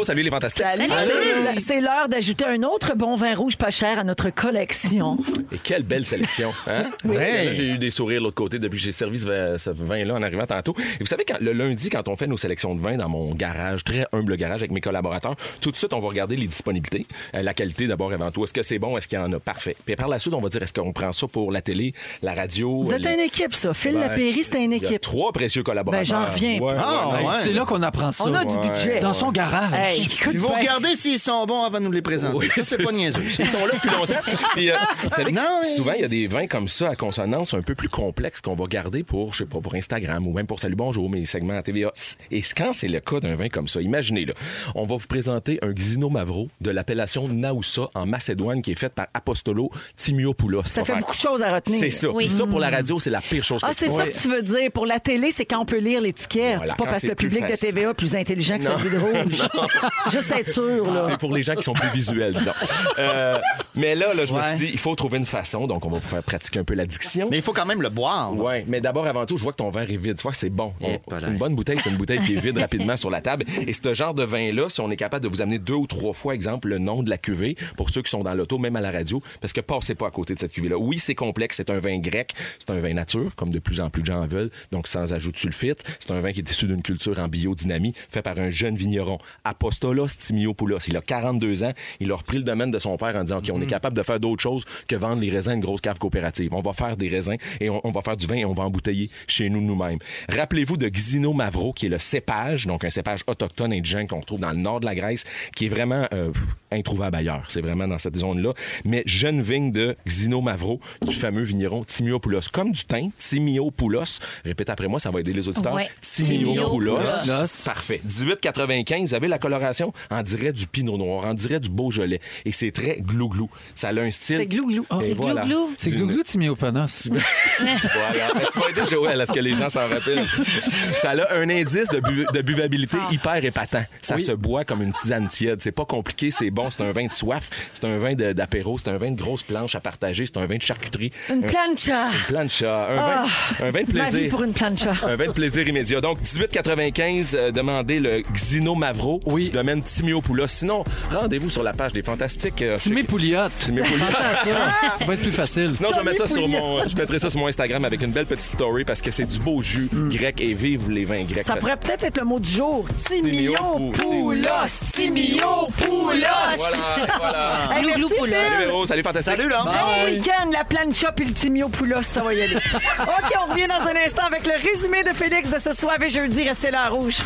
salut les fantastiques. Salut. C'est- C'est l'heure d'ajouter un autre bon vin rouge pas cher à notre collection. Et quelle belle sélection. Hein? Oui. Là, j'ai eu des sourires de l'autre côté depuis que j'ai servi ce vin- ce vin-là en arrivant tantôt. Et vous savez, quand, le lundi, quand on fait nos sélections de vin dans mon garage, très humble garage avec mes collaborateurs, tout de suite, on va regarder les disponibilités. Euh, la qualité d'abord avant tout. Est-ce que c'est bon? Est-ce qu'il y en a? Parfait. Puis par la suite, on va dire, est-ce qu'on prend ça pour la télé, la radio? Vous êtes les- une équipe, ça. Phil Ben, Lapéry, c'est une Il y a équipe. trois précieux collaborateurs. Ben, j'en reviens Ouais, pas. Ah, ouais, ouais. ouais. C'est là qu'on apprend ça. On a du budget. Dans son garage. Hey, écoute Ils vont bien. regarder s'ils sont bons avant de nous les présenter. Oui, ça, c'est pas niaiseux. Ils sont là depuis longtemps. Puis, euh, vous savez que Non, souvent, il y a des vins comme ça à consonance un peu plus complexes qu'on va garder pour, je sais pas, pour Instagram ou même pour Salut Bonjour, mes segments à T V A. Et quand c'est le cas d'un vin comme ça, imaginez, là, on va vous présenter un Xino Mavro de l'appellation Naoussa en Macédoine qui est faite par Apostolo Timiopoulos. Ça fait beaucoup de choses à retenir. C'est ça. Oui. Puis ça, pour la radio, c'est la pire chose Ah, que c'est tu ça fais. que tu veux dire. Pour la télé, c'est quand on peut lire l'étiquette. Voilà, c'est pas quand parce c'est que le plus public de facile. T V A est plus intelligent que Non. celui de Rouge. Juste être sûr, là. C'est pour les gens qui sont plus visuels, disons. Euh, mais là, là je me Ouais. suis dit, il faut trouver une façon. Donc, on va vous faire pratiquer un peu l'addiction. Mais il faut quand même le boire. là. Oui, mais d'abord, avant tout, je vois que ton verre est vide. Tu vois que c'est bon. On- Eh, pas là. une bonne bouteille, c'est une bouteille qui est vide rapidement sur la table. Et ce genre de vin-là, si on est capable de vous amener deux ou trois fois, exemple, le nom de la cuvée, pour ceux qui sont dans l'auto, même à la radio, parce que passez pas à côté de cette cuvée-là. Oui, c'est complexe. C'est un vin grec. C'est un vin nature, comme de plus en plus de gens en veulent. Donc, sans ajout de sulfite. C'est un vin qui est issu d'une culture en biodynamie, fait par un jeune vigneron, Apostolos Timiopoulos. Il a quarante-deux ans. Il a repris le domaine de son père en disant, OK, on est capable de faire d'autres choses que vendre les raisins à une grosse cave coopérative. On va faire des raisins et on, on va faire du vin et on va embouteiller chez nous nous-mêmes. Rappelez-vous de Xino Mavro, qui est le cépage, donc un cépage autochtone indigène qu'on retrouve dans le nord de la Grèce, qui est vraiment euh, introuvable ailleurs. C'est vraiment dans cette zone-là. Mais jeune vigne de Xino Mavro, du fameux vigneron Timiopoulos. Comme du thym, Timiopoulos. Répète après moi, ça va aider les auditeurs. Ouais. Timiopoulos. Timiopoulos. Parfait. dix-huit quatre-vingt-quinze, vous avez la coloration, on dirait du pinot noir, on dirait du Beaujolais. Et c'est très glou-glou. Ça a un style... C'est glou-glou. Et C'est voilà. glou-glou. C'est D'une- Glouglou Timiopanos. Voilà. Ben, tu vas aider Joël à ce que les gens s'en rappellent. Ça a un indice de, bu- de buvabilité hyper épatant. Ça se boit comme une tisane tiède. C'est pas compliqué, c'est bon. C'est un vin de soif. C'est un vin de- d'apéro. C'est un vin de grosse planche à partager. C'est un vin de charcuterie. Une Un- plancha. Une plancha. Un, vin, un vin de Ma vie plaisir. pour une plancha. Un vin de plaisir immédiat. Donc, dix-huit quatre-vingt-quinze, euh, demandez le Xino Mavro du domaine Timiopoulos. Sinon, rendez-vous sur la page des Fantastiques. Euh, Timé Pouliot. Timé-Pouliot. Pensez à ça. Ça va être plus facile. Sinon, je vais mettre ça sur Pouliot. mon, je mettrai ça sur mon Instagram avec une belle petite story parce que c'est du beau jus grec et vive les vins grecs. Ça Parce- pourrait peut-être être le mot du jour. Timiopoulos. Timiopoulos. Timiopoulos. Voilà, voilà. Hey, Glou-glou merci, poulos. Phil. Salut Véro, salut Fantastique. Salut, là. Bon week-end, la plancha puis le Timiopoulos, ça va y aller. OK, on revient dans un instant avec le résumé de Félix de ce soir et jeudi. Restez là à Rouge.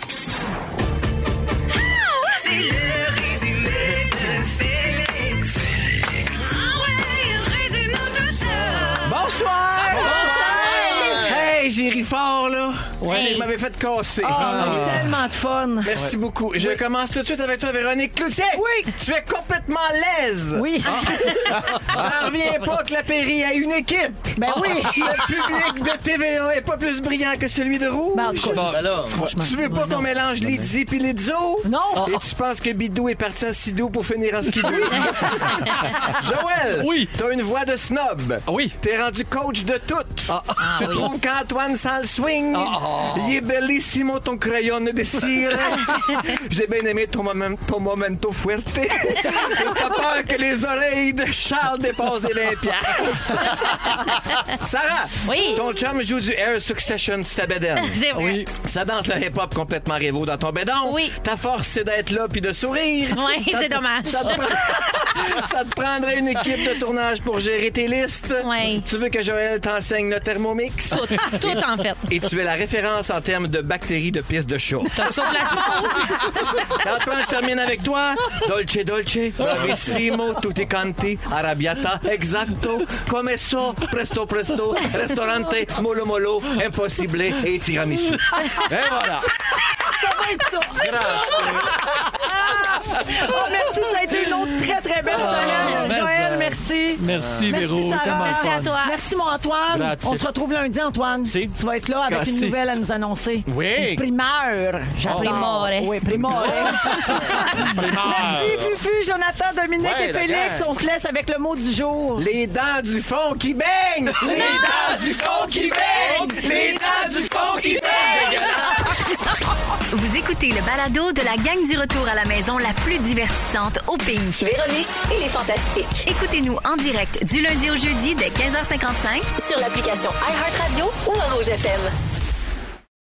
C'est le résumé de Félix. Félix. Ah ouais, il résume nous tout ça. Bonsoir! Hey, j'ai ri fort, là. Hey. Vous m'avez fait casser. Oh, on a eu tellement de fun. Merci beaucoup. Je commence tout de suite avec toi, Véronique Cloutier. Oui. Tu es complètement l'aise. Oui. N'en reviens pas que la Péri a une équipe. Ben oui. Le public de T V A est pas plus brillant que celui de Rouge. Ben, en tout cas, Ben là, Tu veux pas qu'on mélange les Dzi pis les Dzo? Non. Et tu penses que Bidou est parti en sidou pour finir en skidou? Joël! Oui. T'as une voix de snob. Oui. T'es rendu coach de tout. Tu trouves qu'Antoine sans le swing? Il est bellissimo ton crayon de cire. J'ai bien aimé ton, moment, ton momento fuerte. T'as peur que les oreilles de Charles dépassent des vingt piastres. Sarah! Oui. Ton chum joue du Air Succession sur ta bedaine. C'est vrai. Oui. Ça danse le hip-hop complètement révo dans ton bédon. Oui. Ta force, c'est d'être là puis de sourire. Oui, Ça c'est te- dommage. Ça te, prend- ça te prendrait une équipe de tournage pour gérer tes listes. Oui. Tu veux que Joël t'enseigne le Thermomix? Tout, tout en fait. Et tu es la référence en termes de bactéries de piste de chat. T'as ça pour la pause. Antoine, je termine avec toi. Dolce, dolce, bravissimo, tutti canti, arrabbiata, exacto, come so, presto, presto, ristorante, molo, molo, impossible et tiramisu. et voilà. Ça va être ça. Oh, merci, ça a été une autre très, très belle semaine. mais Joël, ça- merci. Merci, Véro. Sarah. Tellement le Merci fun. à toi. Merci, mon Antoine. Grazie. On se retrouve lundi, Antoine. Si. Tu vas être là avec Merci. une nouvelle à nous annoncer. Oui. Primeur. J'adore. Primore. Oui, primore. Merci, Fufu, Jonathan, Dominique Ouais, et Félix. d'accord. On se laisse avec le mot du jour. Les dents du fond qui baignent! Les dents du fond qui baignent! Les dents du fond qui baignent! Vous Écoutez le balado de la gang du retour à la maison la plus divertissante au pays. Véronique et les Fantastiques. Écoutez-nous en direct du lundi au jeudi dès quinze heures cinquante-cinq Sur l'application iHeartRadio ou à Rouge F M.